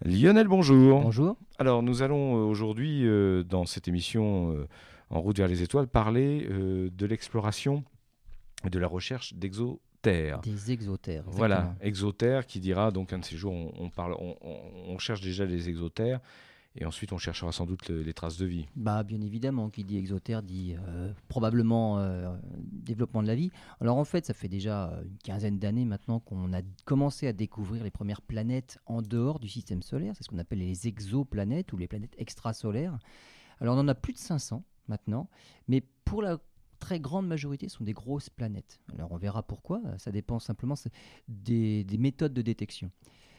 Lionel, bonjour. Bonjour. Alors, nous allons aujourd'hui, dans cette émission En route vers les étoiles, parler de l'exploration et de la recherche d'exoterres. Des exoterres, Voilà, exactement. exoterres qui dira, donc un de ces jours, on cherche déjà les exoterres et ensuite on cherchera sans doute les traces de vie. Bien évidemment, qui dit exotère dit probablement développement de la vie. Alors en fait, ça fait déjà une quinzaine d'années maintenant qu'on a commencé à découvrir les premières planètes en dehors du système solaire. C'est ce qu'on appelle les exoplanètes ou les planètes extrasolaires. Alors on en a plus de 500 maintenant, mais pour la très grande majorité, ce sont des grosses planètes. Alors on verra pourquoi, ça dépend simplement des méthodes de détection.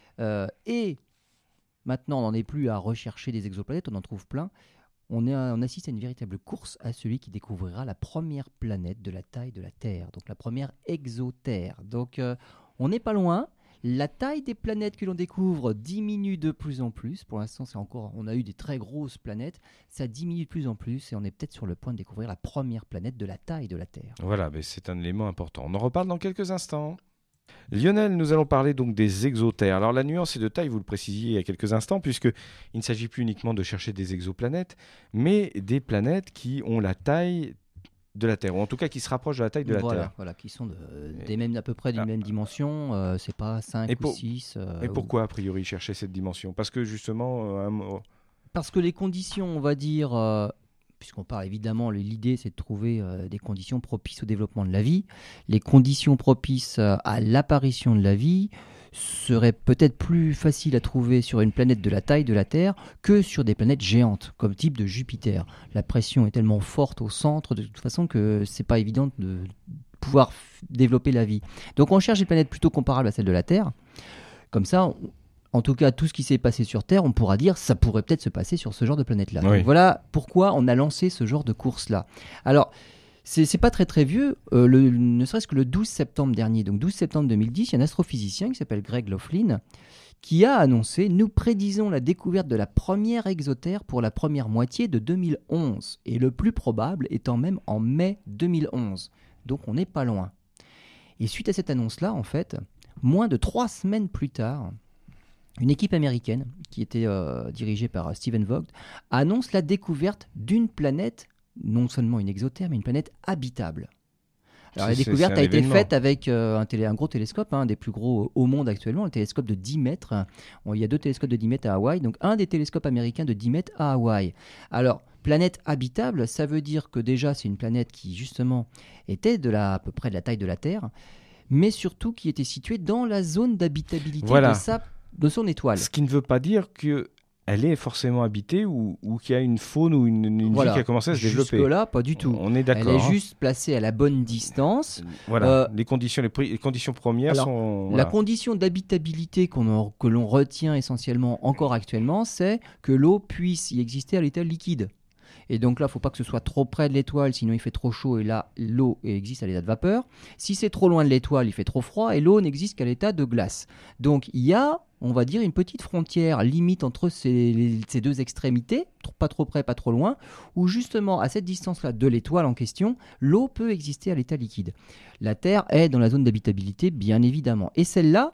Et maintenant, on n'en est plus à rechercher des exoplanètes, on en trouve plein. On assiste à une véritable course à celui qui découvrira la première planète de la taille de la Terre, donc la première exoterre. Donc on n'est pas loin. La taille des planètes que l'on découvre diminue de plus en plus. Pour l'instant, on a eu des très grosses planètes. Ça diminue de plus en plus et on est peut-être sur le point de découvrir la première planète de la taille de la Terre. Voilà, mais c'est un élément important. On en reparle dans quelques instants. Lionel, nous allons parler donc des exoterres. Alors la nuance est de taille, vous le précisiez il y a quelques instants, puisqu'il ne s'agit plus uniquement de chercher des exoplanètes, mais des planètes qui ont la taille de la Terre, ou en tout cas qui se rapprochent de la taille de la Terre. Voilà, qui sont à peu près d'une même dimension, c'est pas 5 ou 6. Et pourquoi, a priori, chercher cette dimension? Parce que justement... Parce que les conditions, on va dire... puisqu'on parle évidemment, l'idée c'est de trouver des conditions propices au développement de la vie. Les conditions propices à l'apparition de la vie seraient peut-être plus faciles à trouver sur une planète de la taille de la Terre que sur des planètes géantes, comme type de Jupiter. La pression est tellement forte au centre de toute façon que c'est pas évident de pouvoir développer la vie. Donc on cherche des planètes plutôt comparables à celles de la Terre. Comme ça, en tout cas, tout ce qui s'est passé sur Terre, on pourra dire ça pourrait peut-être se passer sur ce genre de planète-là. Oui. Donc voilà pourquoi on a lancé ce genre de course-là. Alors, c'est pas très très vieux, ne serait-ce que le 12 septembre dernier, donc 12 septembre 2010, il y a un astrophysicien qui s'appelle Greg Laughlin qui a annoncé « Nous prédisons la découverte de la première exoterre pour la première moitié de 2011, et le plus probable étant même en mai 2011. » Donc on n'est pas loin. Et suite à cette annonce-là, en fait, moins de 3 semaines plus tard, une équipe américaine, qui était dirigée par Stephen Vogt, annonce la découverte d'une planète, non seulement une exoterre, mais une planète habitable. Alors la découverte a été faite avec un gros télescope, un des plus gros au monde actuellement, le télescope de 10 mètres. Il y a 2 télescopes de 10 mètres à Hawaï, donc un des télescopes américains de 10 mètres à Hawaï. Alors, planète habitable, ça veut dire que déjà c'est une planète qui justement était à peu près de la taille de la Terre, mais surtout qui était située dans la zone d'habitabilité de son étoile. Ce qui ne veut pas dire qu'elle est forcément habitée ou qu'il y a une faune ou une vie qui a commencé à se développer. Jusque-là, pas du tout. On est d'accord. Elle est juste placée à la bonne distance. Voilà, les conditions premières sont... La condition d'habitabilité que l'on retient essentiellement encore actuellement, c'est que l'eau puisse y exister à l'état liquide. Et donc là, il ne faut pas que ce soit trop près de l'étoile, sinon il fait trop chaud et là, l'eau existe à l'état de vapeur. Si c'est trop loin de l'étoile, il fait trop froid et l'eau n'existe qu'à l'état de glace. Donc il y a, on va dire, une petite frontière limite entre ces deux extrémités, pas trop près, pas trop loin, où justement, à cette distance-là de l'étoile en question, l'eau peut exister à l'état liquide. La Terre est dans la zone d'habitabilité, bien évidemment. Et celle-là,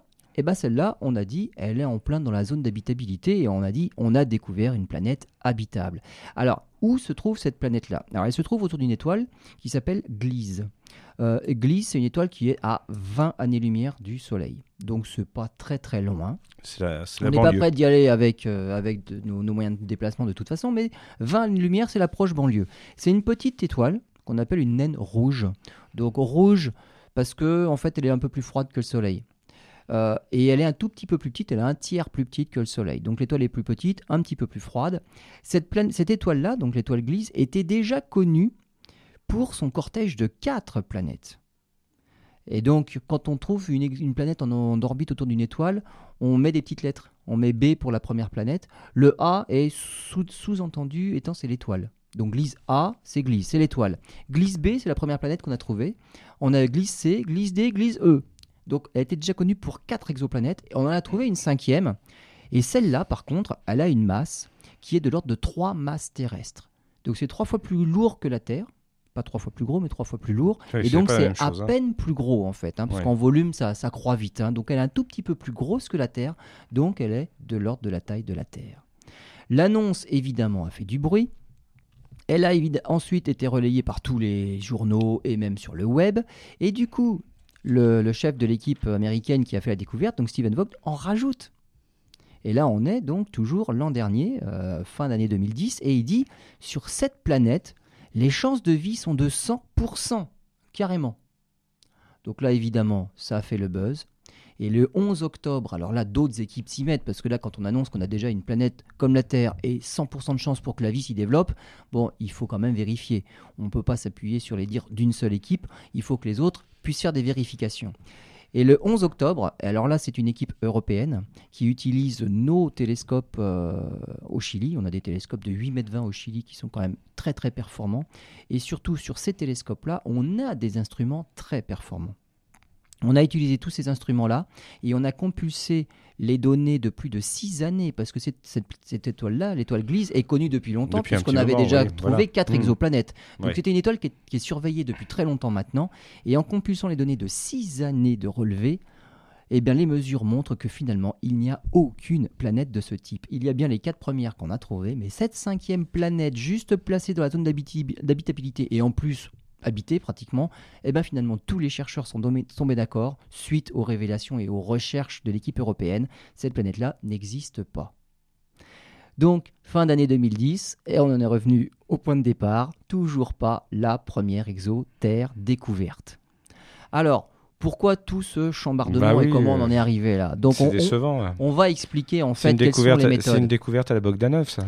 on a dit, elle est en plein dans la zone d'habitabilité et on a dit, on a découvert une planète habitable. Alors, où se trouve cette planète-là? Alors, elle se trouve autour d'une étoile qui s'appelle Gliese. Gliese, c'est une étoile qui est à 20 années-lumière du Soleil. Donc, c'est pas très très loin. On n'est pas prêt d'y aller avec nos moyens de déplacement de toute façon, mais 20 années-lumière, c'est l'approche banlieue. C'est une petite étoile qu'on appelle une naine rouge. Donc, rouge parce que en fait, elle est un peu plus froide que le Soleil. Et elle est un tout petit peu plus petite, elle est un tiers plus petite que le Soleil. Donc l'étoile est plus petite, un petit peu plus froide. Cette étoile-là, donc l'étoile Gliese, était déjà connue pour son cortège de 4 planètes. Et donc quand on trouve une planète en orbite autour d'une étoile, on met des petites lettres. On met B pour la première planète. Le A est sous-entendu étant c'est l'étoile. Donc Gliese A, c'est Gliese, c'est l'étoile. Gliese B, c'est la première planète qu'on a trouvée. On a Gliese C, Gliese D, Gliese E. Donc, elle était déjà connue pour 4 exoplanètes et on en a trouvé une 5e. Et celle-là, par contre, elle a une masse qui est de l'ordre de 3 masses terrestres. Donc, c'est 3 fois plus lourd que la Terre. pas 3 fois plus gros, mais 3 fois plus lourd. Oui, Et donc, pas la c'est même chose, à peine plus gros, en fait, parce Ouais. qu'en volume, ça croît vite. Donc, elle est un tout petit peu plus grosse que la Terre. Donc, elle est de l'ordre de la taille de la Terre. L'annonce, évidemment, a fait du bruit. Elle a ensuite été relayée par tous les journaux et même sur le web. Et du coup, le chef de l'équipe américaine qui a fait la découverte, donc Stephen Vogt, en rajoute. Et là, on est donc toujours l'an dernier, fin d'année 2010, et il dit, sur cette planète, les chances de vie sont de 100%, carrément. Donc là, évidemment, ça a fait le buzz. Et le 11 octobre, alors là, d'autres équipes s'y mettent, parce que là, quand on annonce qu'on a déjà une planète comme la Terre et 100% de chance pour que la vie s'y développe, bon, il faut quand même vérifier. On ne peut pas s'appuyer sur les dires d'une seule équipe, il faut que les autres puissent faire des vérifications. Et le 11 octobre, alors là, c'est une équipe européenne qui utilise nos télescopes au Chili. On a des télescopes de 8,20 m au Chili qui sont quand même très, très performants. Et surtout, sur ces télescopes-là, on a des instruments très performants. On a utilisé tous ces instruments-là et on a compulsé les données de plus de 6 années parce que cette étoile-là, l'étoile Gliese, est connue depuis longtemps puisqu'on avait déjà trouvé 4 exoplanètes. Donc c'était une étoile qui est surveillée depuis très longtemps maintenant. Et en compulsant les données de 6 années de relevés, eh bien, les mesures montrent que finalement, il n'y a aucune planète de ce type. Il y a bien les 4 premières qu'on a trouvées, mais cette 5e planète juste placée dans la zone d'habitabilité et en plus habité pratiquement, et bien finalement tous les chercheurs sont tombés d'accord suite aux révélations et aux recherches de l'équipe européenne. Cette planète-là n'existe pas. Donc, fin d'année 2010, et on en est revenu au point de départ, toujours pas la première exo-Terre découverte. Alors, pourquoi tout ce chambardement et comment on en est arrivé là? Donc, c'est décevant. Là. On va expliquer en fait quelles sont les méthodes. C'est une découverte à la Bogdanov, ça.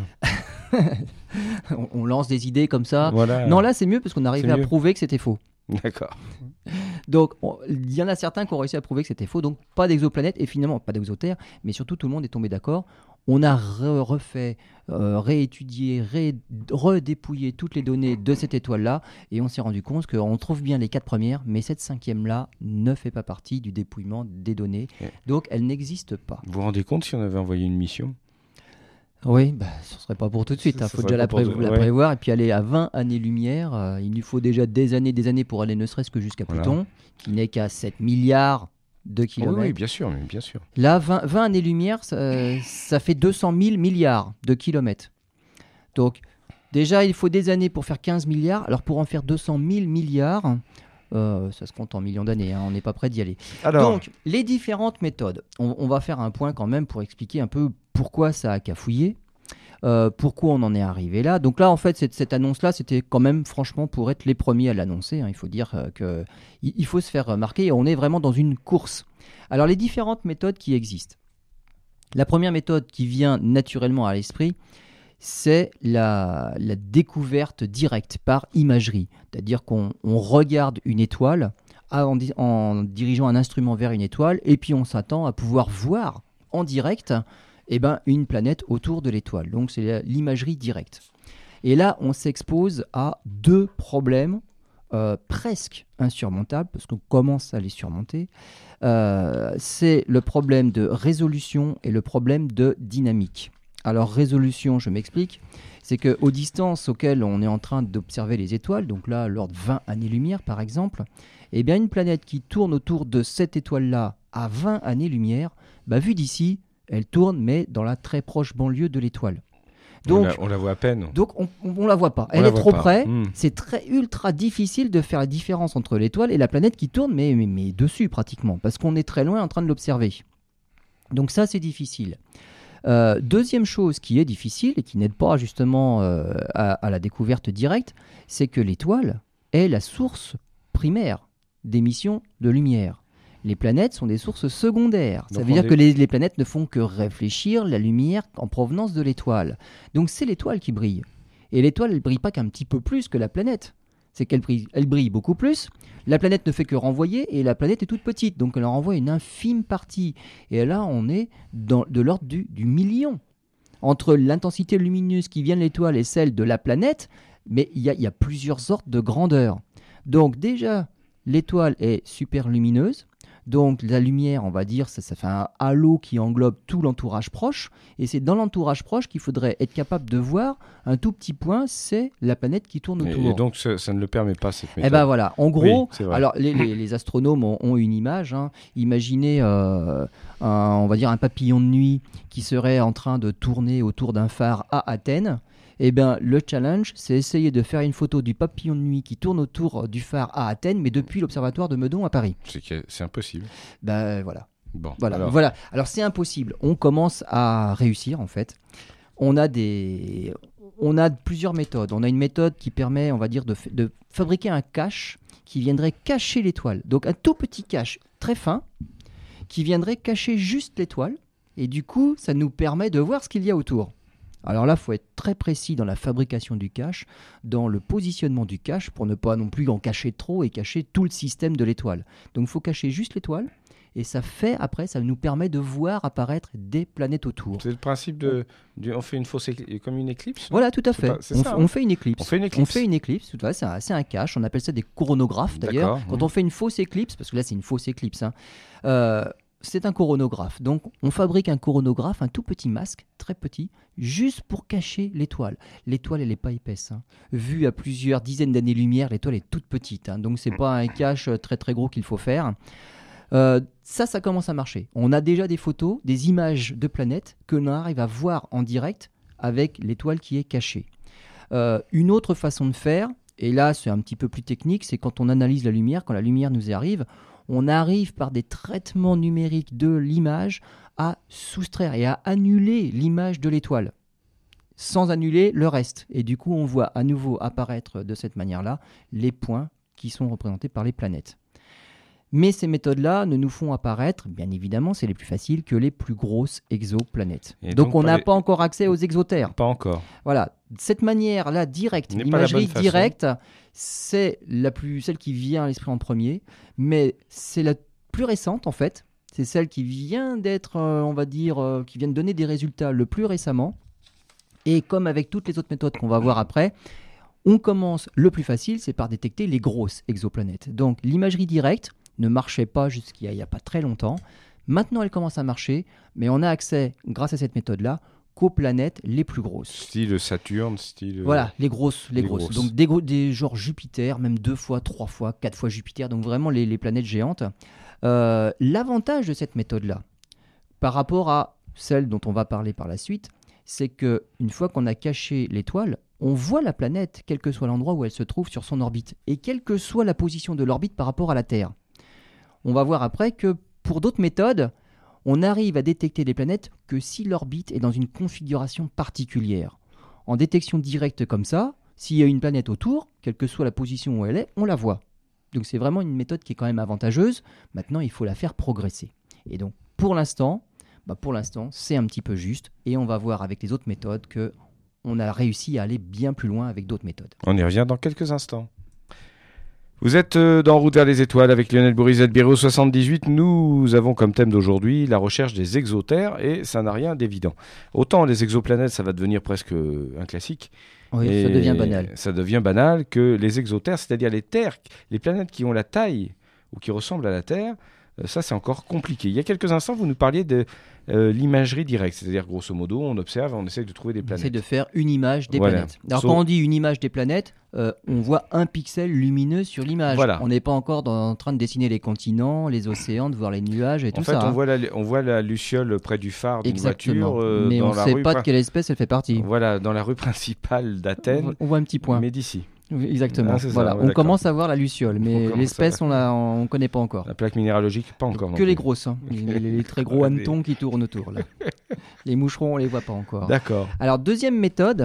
On lance des idées comme ça. Voilà. Non, là, c'est mieux parce qu'on a arrivé à prouver que c'était faux. D'accord. Donc, il y en a certains qui ont réussi à prouver que c'était faux. Donc, pas d'exoplanète et finalement, pas d'exoterre. Mais surtout, tout le monde est tombé d'accord. On a refait, réétudié, redépouillé toutes les données de cette étoile-là. Et on s'est rendu compte qu'on trouve bien les 4 premières. Mais cette 5e-là ne fait pas partie du dépouillement des données. Donc, elle n'existe pas. Vous vous rendez compte si on avait envoyé une mission ? Oui, ce ne serait pas pour tout de suite. Il faut déjà la prévoir et puis aller à 20 années-lumière. Il nous faut déjà des années pour aller ne serait-ce que jusqu'à Pluton, qui n'est qu'à 7 milliards de kilomètres. Oui, bien sûr. Là, 20 années-lumière, ça fait 200 000 milliards de kilomètres. Donc, déjà, il faut des années pour faire 15 milliards. Alors, pour en faire 200 000 milliards, ça se compte en millions d'années. On n'est pas prêt d'y aller. Alors... Donc, les différentes méthodes. On va faire un point quand même pour expliquer un peu pourquoi ça a cafouillé, pourquoi on en est arrivé là. Donc là, en fait, cette annonce-là, c'était quand même, franchement, pour être les premiers à l'annoncer. Il faut dire qu'il faut se faire remarquer. On est vraiment dans une course. Alors, les différentes méthodes qui existent. La première méthode qui vient naturellement à l'esprit, c'est la découverte directe par imagerie. C'est-à-dire qu'on regarde une étoile en dirigeant un instrument vers une étoile et puis on s'attend à pouvoir voir en direct une planète autour de l'étoile. Donc c'est l'imagerie directe. Et là, on s'expose à 2 problèmes presque insurmontables, parce qu'on commence à les surmonter. C'est le problème de résolution et le problème de dynamique. Alors résolution, je m'explique, c'est qu'aux distances auxquelles on est en train d'observer les étoiles, donc là, lors de 20 années-lumière par exemple, eh bien une planète qui tourne autour de cette étoile-là à 20 années-lumière, vue d'ici, elle tourne, mais dans la très proche banlieue de l'étoile. Donc, on la voit à peine. Donc, on la voit pas. Elle est trop près. C'est ultra difficile de faire la différence entre l'étoile et la planète qui tourne, mais dessus pratiquement, parce qu'on est très loin en train de l'observer. Donc ça, c'est difficile. Deuxième chose qui est difficile et qui n'aide pas justement à la découverte directe, c'est que l'étoile est la source primaire d'émission de lumière. Les planètes sont des sources secondaires. Ça veut dire que les planètes ne font que réfléchir la lumière en provenance de l'étoile. Donc c'est l'étoile qui brille. Et l'étoile, elle ne brille pas qu'un petit peu plus que la planète. C'est qu'elle brille beaucoup plus. La planète ne fait que renvoyer et la planète est toute petite. Donc elle en renvoie une infime partie. Et là, on est de l'ordre du million. Entre l'intensité lumineuse qui vient de l'étoile et celle de la planète, mais il y a plusieurs ordres de grandeur. Donc déjà, l'étoile est super lumineuse. Donc la lumière, on va dire, ça fait un halo qui englobe tout l'entourage proche. Et c'est dans l'entourage proche qu'il faudrait être capable de voir un tout petit point, c'est la planète qui tourne autour. Et donc ça ne le permet pas, cette méthode. Eh ben voilà, en gros, Oui, c'est vrai. alors les astronomes ont une image. Imaginez, on va dire, un papillon de nuit qui serait en train de tourner autour d'un phare à Athènes. Eh bien, le challenge, c'est essayer de faire une photo du papillon de nuit qui tourne autour du phare à Athènes, mais depuis l'observatoire de Meudon à Paris. C'est impossible. Ben voilà. Bon, Voilà. Alors c'est impossible. On commence à réussir en fait. On a plusieurs méthodes. On a une méthode qui permet, on va dire, de fabriquer un cache qui viendrait cacher l'étoile. Donc un tout petit cache très fin qui viendrait cacher juste l'étoile. Et du coup, ça nous permet de voir ce qu'il y a autour. Alors là, il faut être très précis dans la fabrication du cache, dans le positionnement du cache, pour ne pas non plus en cacher trop et cacher tout le système de l'étoile. Donc il faut cacher juste l'étoile, et ça nous permet de voir apparaître des planètes autour. C'est le principe on fait une fausse comme une éclipse. Voilà, tout à fait. On fait une éclipse. On fait une éclipse. Tout à fait, c'est un cache, on appelle ça des coronographes d'ailleurs. D'accord. Quand on fait une fausse éclipse, parce que là c'est une fausse éclipse, c'est un coronographe. Donc, on fabrique un coronographe, un tout petit masque, très petit, juste pour cacher l'étoile. L'étoile, elle n'est pas épaisse. Vue à plusieurs dizaines d'années-lumière, l'étoile est toute petite. Donc, ce n'est pas un cache très très gros qu'il faut faire. Ça commence à marcher. On a déjà des photos, des images de planètes que l'on arrive à voir en direct avec l'étoile qui est cachée. Une autre façon de faire, et là, c'est un petit peu plus technique, c'est quand on analyse la lumière, quand la lumière nous arrive, on arrive par des traitements numériques de l'image à soustraire et à annuler l'image de l'étoile, sans annuler le reste. Et du coup, on voit à nouveau apparaître de cette manière-là les points qui sont représentés par les planètes. Mais ces méthodes-là ne nous font apparaître, bien évidemment, c'est les plus faciles, que les plus grosses exoplanètes. Donc on n'a pas encore accès aux exotères. Pas encore. Voilà, cette manière-là directe, l'imagerie directe, c'est celle qui vient à l'esprit en premier, mais c'est la plus récente en fait. C'est celle qui vient d'être, on va dire, qui vient de donner des résultats le plus récemment. Et comme avec toutes les autres méthodes qu'on va voir après, on commence, le plus facile, c'est par détecter les grosses exoplanètes. Donc l'imagerie directe ne marchait pas jusqu'il n'y a pas très longtemps. Maintenant, elle commence à marcher, mais on a accès, grâce à cette méthode-là, qu'aux planètes les plus grosses. Style Saturne, Voilà, les grosses. Donc des genres Jupiter, même 2 fois, 3 fois, 4 fois Jupiter, donc vraiment les planètes géantes. L'avantage de cette méthode-là, par rapport à celle dont on va parler par la suite, c'est qu'une fois qu'on a caché l'étoile, on voit la planète, quel que soit l'endroit où elle se trouve sur son orbite, et quelle que soit la position de l'orbite par rapport à la Terre. On va voir après que pour d'autres méthodes, on arrive à détecter les planètes que si l'orbite est dans une configuration particulière. En détection directe comme ça, s'il y a une planète autour, quelle que soit la position où elle est, on la voit. Donc c'est vraiment une méthode qui est quand même avantageuse. Maintenant, il faut la faire progresser. Et donc pour l'instant, c'est un petit peu juste. Et on va voir avec les autres méthodes qu'on a réussi à aller bien plus loin avec d'autres méthodes. On y revient dans quelques instants. Vous êtes dans Route vers les étoiles avec Lionel Bourrizet, Bureau 78. Nous avons comme thème d'aujourd'hui la recherche des exotères et ça n'a rien d'évident. Autant les exoplanètes, ça va devenir presque un classique. Oui, ça devient banal. Ça devient banal que les exotères, c'est-à-dire les planètes qui ont la taille ou qui ressemblent à la Terre, ça c'est encore compliqué. Il y a quelques instants, vous nous parliez de l'imagerie directe, c'est-à-dire grosso modo, on observe, on essaye de trouver des planètes. On essaye de faire une image des Voilà. planètes. Alors quand on dit une image des planètes, on voit un pixel lumineux sur l'image. Voilà. On n'est pas encore en train de dessiner les continents, les océans, de voir les nuages et tout ça. En fait, on voit la luciole près du phare d'une Exactement. voiture. Mais on ne sait pas de quelle espèce elle fait partie. Voilà, dans la rue principale d'Athènes. On voit un petit point. Mais d'ici. Exactement. Ah, voilà. Ça, on commence à voir la luciole, mais l'espèce, on ne connaît pas encore. La plaque minéralogique, pas encore. Que les grosses, les très gros hannetons qui tournent autour. Là. Les moucherons, on les voit pas encore. D'accord. Alors, deuxième méthode,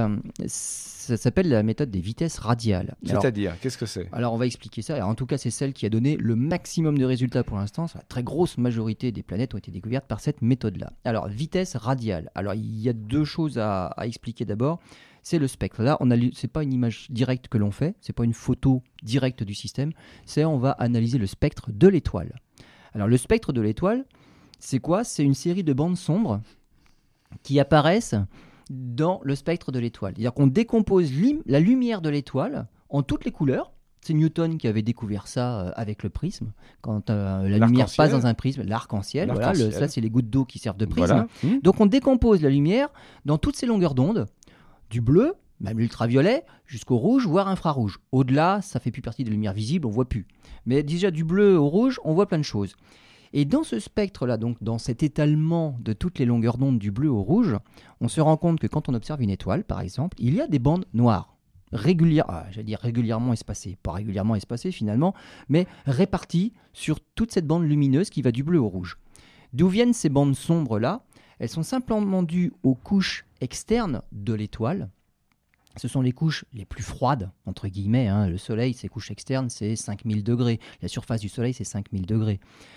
ça s'appelle la méthode des vitesses radiales. C'est-à-dire, qu'est-ce que c'est ? Alors, on va expliquer ça. Alors, en tout cas, c'est celle qui a donné le maximum de résultats pour l'instant. La très grosse majorité des planètes ont été découvertes par cette méthode-là. Alors, vitesse radiale. Alors, il y a 2 choses à expliquer d'abord. C'est le spectre. Là, c'est pas une image directe que l'on fait, c'est pas une photo directe du système, on va analyser le spectre de l'étoile. Alors le spectre de l'étoile, c'est quoi ? C'est une série de bandes sombres qui apparaissent dans le spectre de l'étoile. C'est-à-dire qu'on décompose la lumière de l'étoile en toutes les couleurs, C'est Newton qui avait découvert ça avec le prisme. Quand la lumière passe dans un prisme, l'arc-en-ciel, voilà, ça c'est les gouttes d'eau qui servent de prisme. Voilà. Donc on décompose la lumière dans toutes ces longueurs d'onde, du bleu, même l'ultraviolet, jusqu'au rouge, voire infrarouge. Au-delà, ça fait plus partie des lumières visibles, on voit plus. Mais déjà du bleu au rouge, on voit plein de choses. Et dans ce spectre-là, donc dans cet étalement de toutes les longueurs d'onde du bleu au rouge, on se rend compte que quand on observe une étoile, par exemple, il y a des bandes noires. Régulièrement espacées, pas régulièrement espacées finalement, mais réparties sur toute cette bande lumineuse qui va du bleu au rouge. D'où viennent ces bandes sombres-là ? Elles sont simplement dues aux couches externes de l'étoile. Ce sont les couches les plus froides, entre guillemets. Le Soleil, ses couches externes, c'est 5000 degrés. La surface du Soleil, c'est 5000 degrés.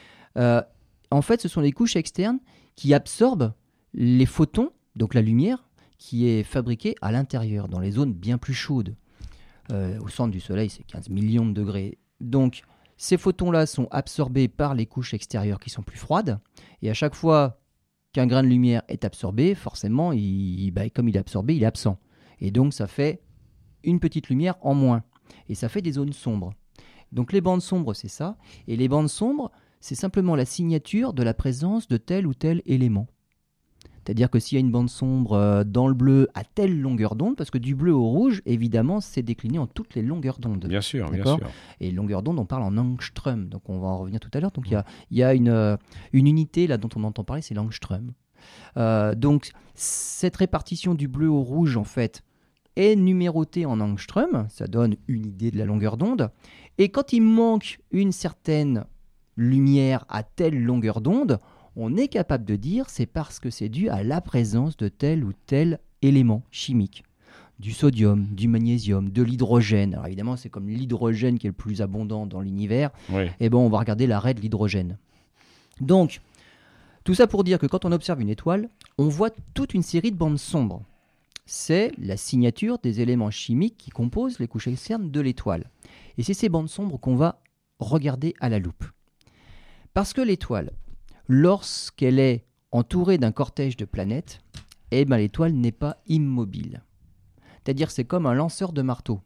En fait, ce sont les couches externes qui absorbent les photons, donc la lumière, qui est fabriquée à l'intérieur, dans les zones bien plus chaudes. Au centre du Soleil, c'est 15 millions de degrés. Donc, ces photons-là sont absorbés par les couches extérieures qui sont plus froides. Et à chaque fois qu'un grain de lumière est absorbé, forcément, comme il est absorbé, il est absent. Et donc, ça fait une petite lumière en moins. Et ça fait des zones sombres. Donc, les bandes sombres, c'est ça. Et les bandes sombres, c'est simplement la signature de la présence de tel ou tel élément. C'est-à-dire que s'il y a une bande sombre dans le bleu à telle longueur d'onde, parce que du bleu au rouge, évidemment, c'est décliné en toutes les longueurs d'onde. Bien sûr, d'accord ? bien sûr. Et longueur d'onde, on parle en angstrom, donc on va en revenir tout à l'heure. Donc il y a une unité là dont on entend parler, c'est l'angstrom. Donc cette répartition du bleu au rouge, en fait, est numérotée en angstrom, ça donne une idée de la longueur d'onde. Et quand il manque une certaine lumière à telle longueur d'onde, on est capable de dire c'est parce que c'est dû à la présence de tel ou tel élément chimique. Du sodium, du magnésium, de l'hydrogène. Alors évidemment, c'est comme l'hydrogène qui est le plus abondant dans l'univers. Oui. Et on va regarder l'arrêt de l'hydrogène. Donc, tout ça pour dire que quand on observe une étoile, on voit toute une série de bandes sombres. C'est la signature des éléments chimiques qui composent les couches externes de l'étoile. Et c'est ces bandes sombres qu'on va regarder à la loupe. Parce que l'étoile, lorsqu'elle est entourée d'un cortège de planètes, l'étoile n'est pas immobile. C'est-à-dire c'est comme un lanceur de marteau.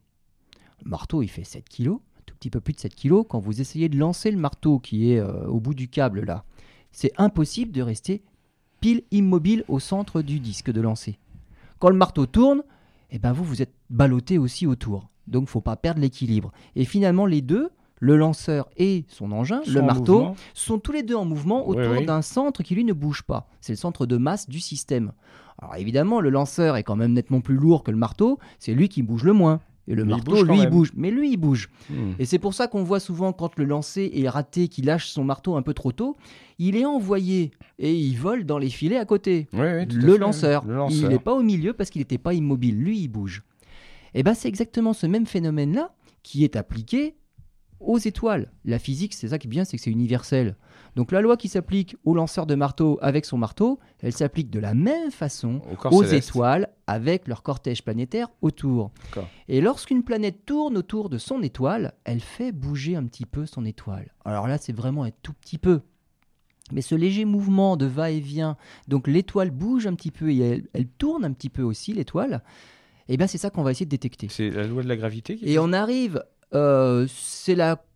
Le marteau, il fait 7 kg, un tout petit peu plus de 7 kg. Quand vous essayez de lancer le marteau qui est au bout du câble, là, c'est impossible de rester pile immobile au centre du disque de lancer. Quand le marteau tourne, vous êtes ballotté aussi autour. Donc, il ne faut pas perdre l'équilibre. Et finalement, les deux, le lanceur et son engin, le marteau, sont tous les deux en mouvement autour d'un centre qui, lui, ne bouge pas. C'est le centre de masse du système. Alors, évidemment, le lanceur est quand même nettement plus lourd que le marteau. C'est lui qui bouge le moins. Et le marteau, lui, il bouge. Mais lui, il bouge. Et c'est pour ça qu'on voit souvent, quand le lancer est raté, qu'il lâche son marteau un peu trop tôt, il est envoyé et il vole dans les filets à côté. Le lanceur. Il n'est pas au milieu parce qu'il n'était pas immobile. Lui, il bouge. Et c'est exactement ce même phénomène-là qui est appliqué aux étoiles. La physique, c'est ça qui est bien, c'est que c'est universel. Donc la loi qui s'applique au lanceur de marteau avec son marteau, elle s'applique de la même façon aux étoiles avec leur cortège planétaire autour. Et lorsqu'une planète tourne autour de son étoile, elle fait bouger un petit peu son étoile. Alors là, c'est vraiment un tout petit peu. Mais ce léger mouvement de va-et-vient, donc l'étoile bouge un petit peu et elle tourne un petit peu aussi, l'étoile, c'est ça qu'on va essayer de détecter. C'est la loi de la gravité on arrive... c'est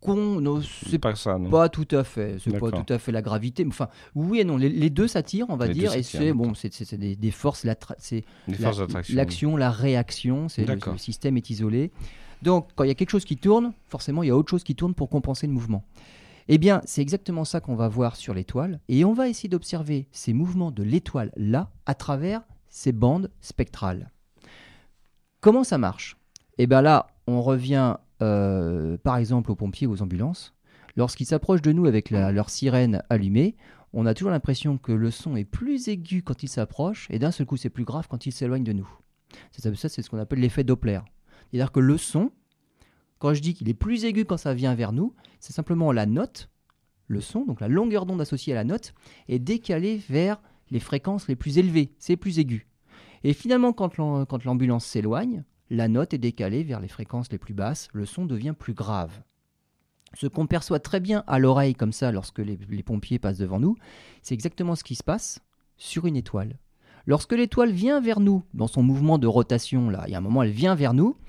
c'est pas ça, non. Pas tout à fait. C'est pas tout à fait la gravité. Enfin, oui et non. Les deux s'attirent, on va dire, et c'est des forces. C'est forces d'attraction. L'action, la réaction. Le système est isolé. Donc, quand il y a quelque chose qui tourne, forcément, il y a autre chose qui tourne pour compenser le mouvement. Eh bien, c'est exactement ça qu'on va voir sur l'étoile, et on va essayer d'observer ces mouvements de l'étoile là à travers ces bandes spectrales. Comment ça marche ? Là, on revient par exemple aux pompiers ou aux ambulances. Lorsqu'ils s'approchent de nous avec leur sirène allumée, on a toujours l'impression que le son est plus aigu quand il s'approche et d'un seul coup c'est plus grave quand il s'éloigne de nous. Ça, c'est ce qu'on appelle l'effet Doppler. C'est-à-dire que le son, quand je dis qu'il est plus aigu quand ça vient vers nous, c'est simplement la note, le son, donc la longueur d'onde associée à la note, est décalée vers les fréquences les plus élevées, c'est plus aigu. Et finalement, quand l'ambulance s'éloigne, la note est décalée vers les fréquences les plus basses, le son devient plus grave. Ce qu'on perçoit très bien à l'oreille comme ça lorsque les pompiers passent devant nous, c'est exactement ce qui se passe sur une étoile. Lorsque l'étoile vient vers nous, dans son mouvement de rotation, là, il y a un moment, elle vient vers nous,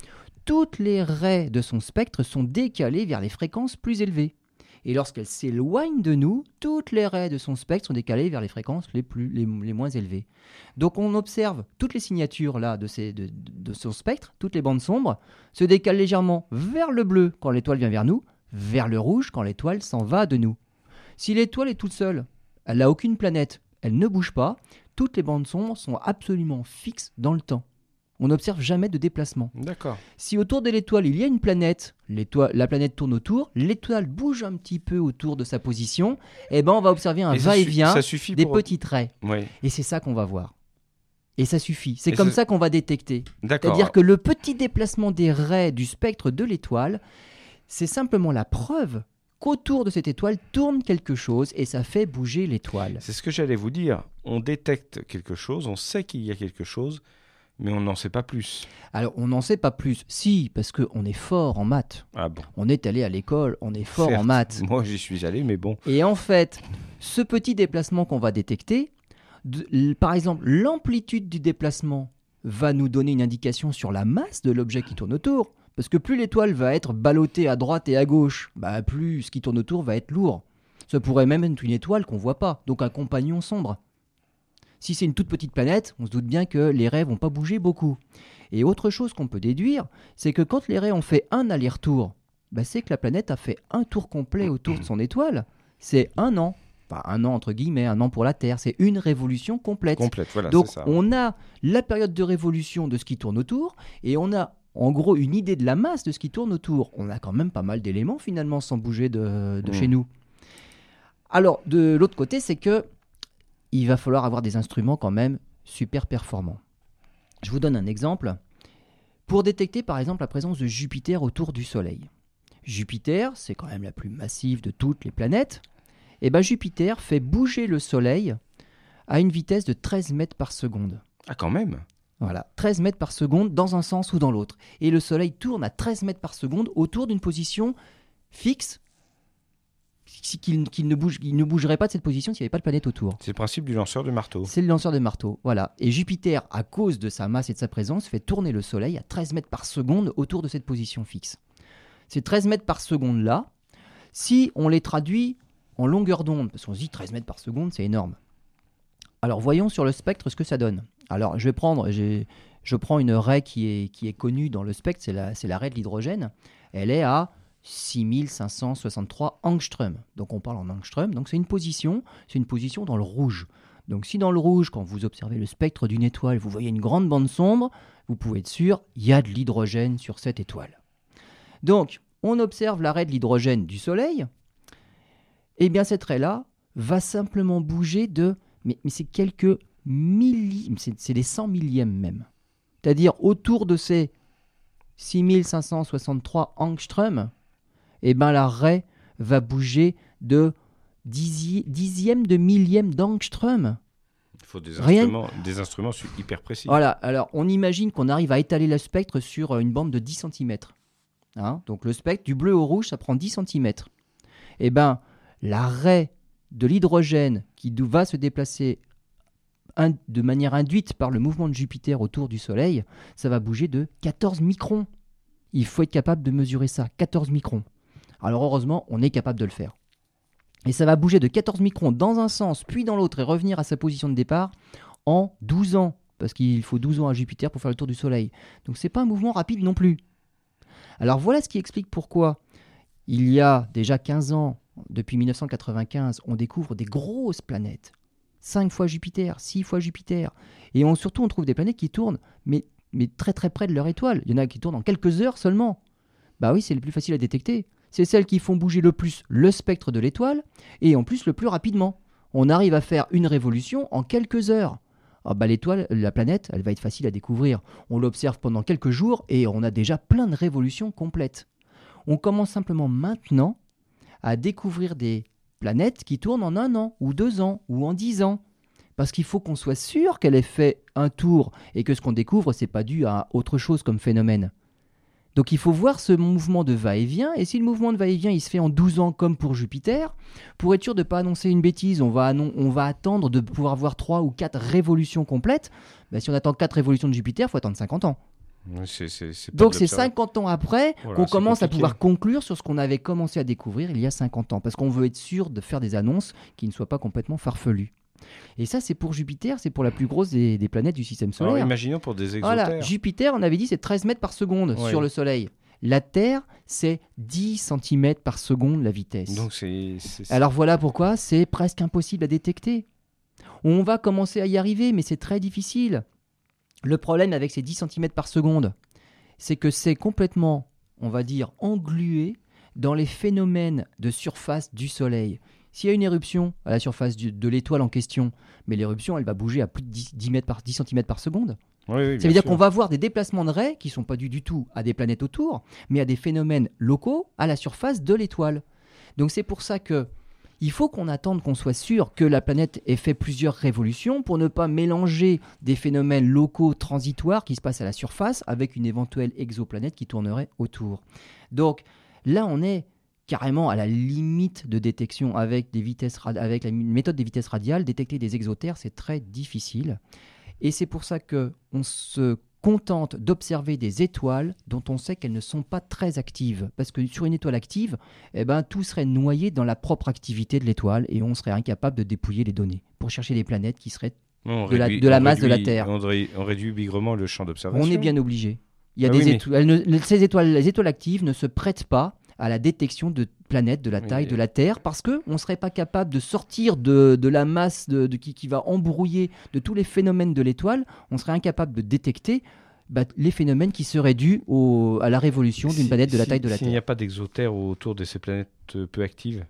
toutes les raies de son spectre sont décalées vers les fréquences plus élevées. Et lorsqu'elle s'éloigne de nous, toutes les raies de son spectre sont décalées vers les fréquences les moins élevées. Donc on observe toutes les signatures là, de son spectre, toutes les bandes sombres, se décalent légèrement vers le bleu quand l'étoile vient vers nous, vers le rouge quand l'étoile s'en va de nous. Si l'étoile est toute seule, elle n'a aucune planète, elle ne bouge pas, toutes les bandes sombres sont absolument fixes dans le temps. On n'observe jamais de déplacement. D'accord. Si autour de l'étoile, il y a une planète, la planète tourne autour, l'étoile bouge un petit peu autour de sa position, et ben on va observer un va-et-vient des petites raies. Oui. Et c'est ça qu'on va voir. Et ça suffit. C'est comme ça qu'on va détecter. D'accord. C'est-à-dire que le petit déplacement des raies du spectre de l'étoile, c'est simplement la preuve qu'autour de cette étoile tourne quelque chose et ça fait bouger l'étoile. C'est ce que j'allais vous dire. On détecte quelque chose, on sait qu'il y a quelque chose, mais on n'en sait pas plus. Alors, on n'en sait pas plus. Si, parce qu'on est fort en maths. Ah bon. On est allé à l'école, on est fort Certes, en maths. Moi, j'y suis allé, mais bon. Et en fait, ce petit déplacement qu'on va détecter, par exemple, l'amplitude du déplacement va nous donner une indication sur la masse de l'objet qui tourne autour. Parce que plus l'étoile va être ballottée à droite et à gauche, plus ce qui tourne autour va être lourd. Ça pourrait même être une étoile qu'on ne voit pas, donc un compagnon sombre. Si c'est une toute petite planète, on se doute bien que les raies vont pas bouger beaucoup. Et autre chose qu'on peut déduire, c'est que quand les raies ont fait un aller-retour, c'est que la planète a fait un tour complet autour de son étoile. C'est un an. Enfin, un an entre guillemets, un an pour la Terre. C'est une révolution complète. Voilà, donc c'est ça. On a la période de révolution de ce qui tourne autour, et on a en gros une idée de la masse de ce qui tourne autour. On a quand même pas mal d'éléments finalement sans bouger de chez nous. Alors, de l'autre côté, c'est que il va falloir avoir des instruments quand même super performants. Je vous donne un exemple. Pour détecter par exemple la présence de Jupiter autour du Soleil. Jupiter, c'est quand même la plus massive de toutes les planètes. Et Jupiter fait bouger le Soleil à une vitesse de 13 mètres par seconde. Ah, quand même. Voilà, 13 mètres par seconde dans un sens ou dans l'autre. Et le Soleil tourne à 13 mètres par seconde autour d'une position fixe, qu'il ne bougerait pas de cette position s'il n'y avait pas de planète autour. C'est le principe du lanceur de marteau. C'est le lanceur de marteau, voilà. Et Jupiter, à cause de sa masse et de sa présence, fait tourner le Soleil à 13 mètres par seconde autour de cette position fixe. Ces 13 mètres par seconde-là, si on les traduit en longueur d'onde, parce qu'on se dit 13 mètres par seconde, c'est énorme. Alors voyons sur le spectre ce que ça donne. Alors je prends une raie qui est connue dans le spectre, c'est la raie de l'hydrogène. Elle est à 6563 angstroms. Donc on parle en angstroms. Donc c'est une position dans le rouge. Donc si dans le rouge, quand vous observez le spectre d'une étoile, vous voyez une grande bande sombre, vous pouvez être sûr, il y a de l'hydrogène sur cette étoile. Donc on observe la raie de l'hydrogène du Soleil. Eh bien cette raie-là va simplement bouger mais c'est quelques millièmes, c'est des 100 millièmes même. C'est-à-dire autour de ces 6563 angstroms, la raie va bouger de dixième de millième d'angstrom. Il faut des instruments hyper précis. Voilà, alors on imagine qu'on arrive à étaler le spectre sur une bande de 10 cm. Donc le spectre du bleu au rouge, ça prend 10 cm. La raie de l'hydrogène qui va se déplacer de manière induite par le mouvement de Jupiter autour du Soleil, ça va bouger de 14 microns. Il faut être capable de mesurer ça, 14 microns. Alors heureusement, on est capable de le faire. Et ça va bouger de 14 microns dans un sens, puis dans l'autre, et revenir à sa position de départ en 12 ans. Parce qu'il faut 12 ans à Jupiter pour faire le tour du Soleil. Donc c'est pas un mouvement rapide non plus. Alors voilà ce qui explique pourquoi, il y a déjà 15 ans, depuis 1995, on découvre des grosses planètes. 5 fois Jupiter, 6 fois Jupiter. Et surtout, on trouve des planètes qui tournent, mais très très près de leur étoile. Il y en a qui tournent en quelques heures seulement. Oui, c'est le plus facile à détecter. C'est celles qui font bouger le plus le spectre de l'étoile, et en plus le plus rapidement. On arrive à faire une révolution en quelques heures. L'étoile, la planète, elle va être facile à découvrir. On l'observe pendant quelques jours, et on a déjà plein de révolutions complètes. On commence simplement maintenant à découvrir des planète qui tourne en 1 an, ou 2 ans, ou en 10 ans. Parce qu'il faut qu'on soit sûr qu'elle ait fait un tour et que ce qu'on découvre, c'est pas dû à autre chose comme phénomène. Donc il faut voir ce mouvement de va-et-vient, et si le mouvement de va-et-vient il se fait en 12 ans comme pour Jupiter, pour être sûr de ne pas annoncer une bêtise, on va attendre de pouvoir voir 3 ou 4 révolutions complètes. Si on attend 4 révolutions de Jupiter, il faut attendre 50 ans. Oui, c'est pas Donc de c'est l'observation. 50 ans après Voilà, qu'on c'est commence à compliqué. pouvoir conclure sur ce qu'on avait commencé à découvrir il y a 50 ans, parce qu'on veut être sûr de faire des annonces qui ne soient pas complètement farfelues. Et ça, c'est pour Jupiter, c'est pour la plus grosse des planètes du système Alors solaire. imaginons pour des Voilà, exotères. Jupiter, on avait dit, c'est 13 mètres par seconde Ouais. sur le Soleil. La Terre, c'est 10 cm par seconde la vitesse. Donc Alors voilà pourquoi c'est presque impossible à détecter. On va commencer à y arriver, mais c'est très difficile. Le problème avec ces 10 cm par seconde, c'est que c'est complètement, on va dire, englué dans les phénomènes de surface du Soleil. S'il y a une éruption à la surface de l'étoile en question, mais l'éruption, elle va bouger à plus de 10 cm par seconde. Oui, oui, Ça veut dire qu'on va avoir des déplacements de raies qui ne sont pas dus du tout à des planètes autour, mais à des phénomènes locaux à la surface de l'étoile. Donc c'est pour ça que il faut qu'on attende qu'on soit sûr que la planète ait fait plusieurs révolutions pour ne pas mélanger des phénomènes locaux transitoires qui se passent à la surface avec une éventuelle exoplanète qui tournerait autour. Donc là, on est carrément à la limite de détection avec avec la méthode des vitesses radiales. Détecter des exotères, c'est très difficile. Et c'est pour ça qu'on se contente d'observer des étoiles dont on sait qu'elles ne sont pas très actives. Parce que sur une étoile active, tout serait noyé dans la propre activité de l'étoile et on serait incapable de dépouiller les données pour chercher des planètes qui seraient de la masse de la Terre. On réduit bigrement le champ d'observation. On est bien obligé. Il y a les étoiles actives ne se prêtent pas à la détection de planètes de la taille de la Terre parce qu'on ne serait pas capable de sortir de la masse qui va embrouiller de tous les phénomènes de l'étoile. On serait incapable de détecter les phénomènes qui seraient dus à la révolution d'une planète de la taille de la Terre. S'il n'y a pas d'exotères autour de ces planètes peu actives,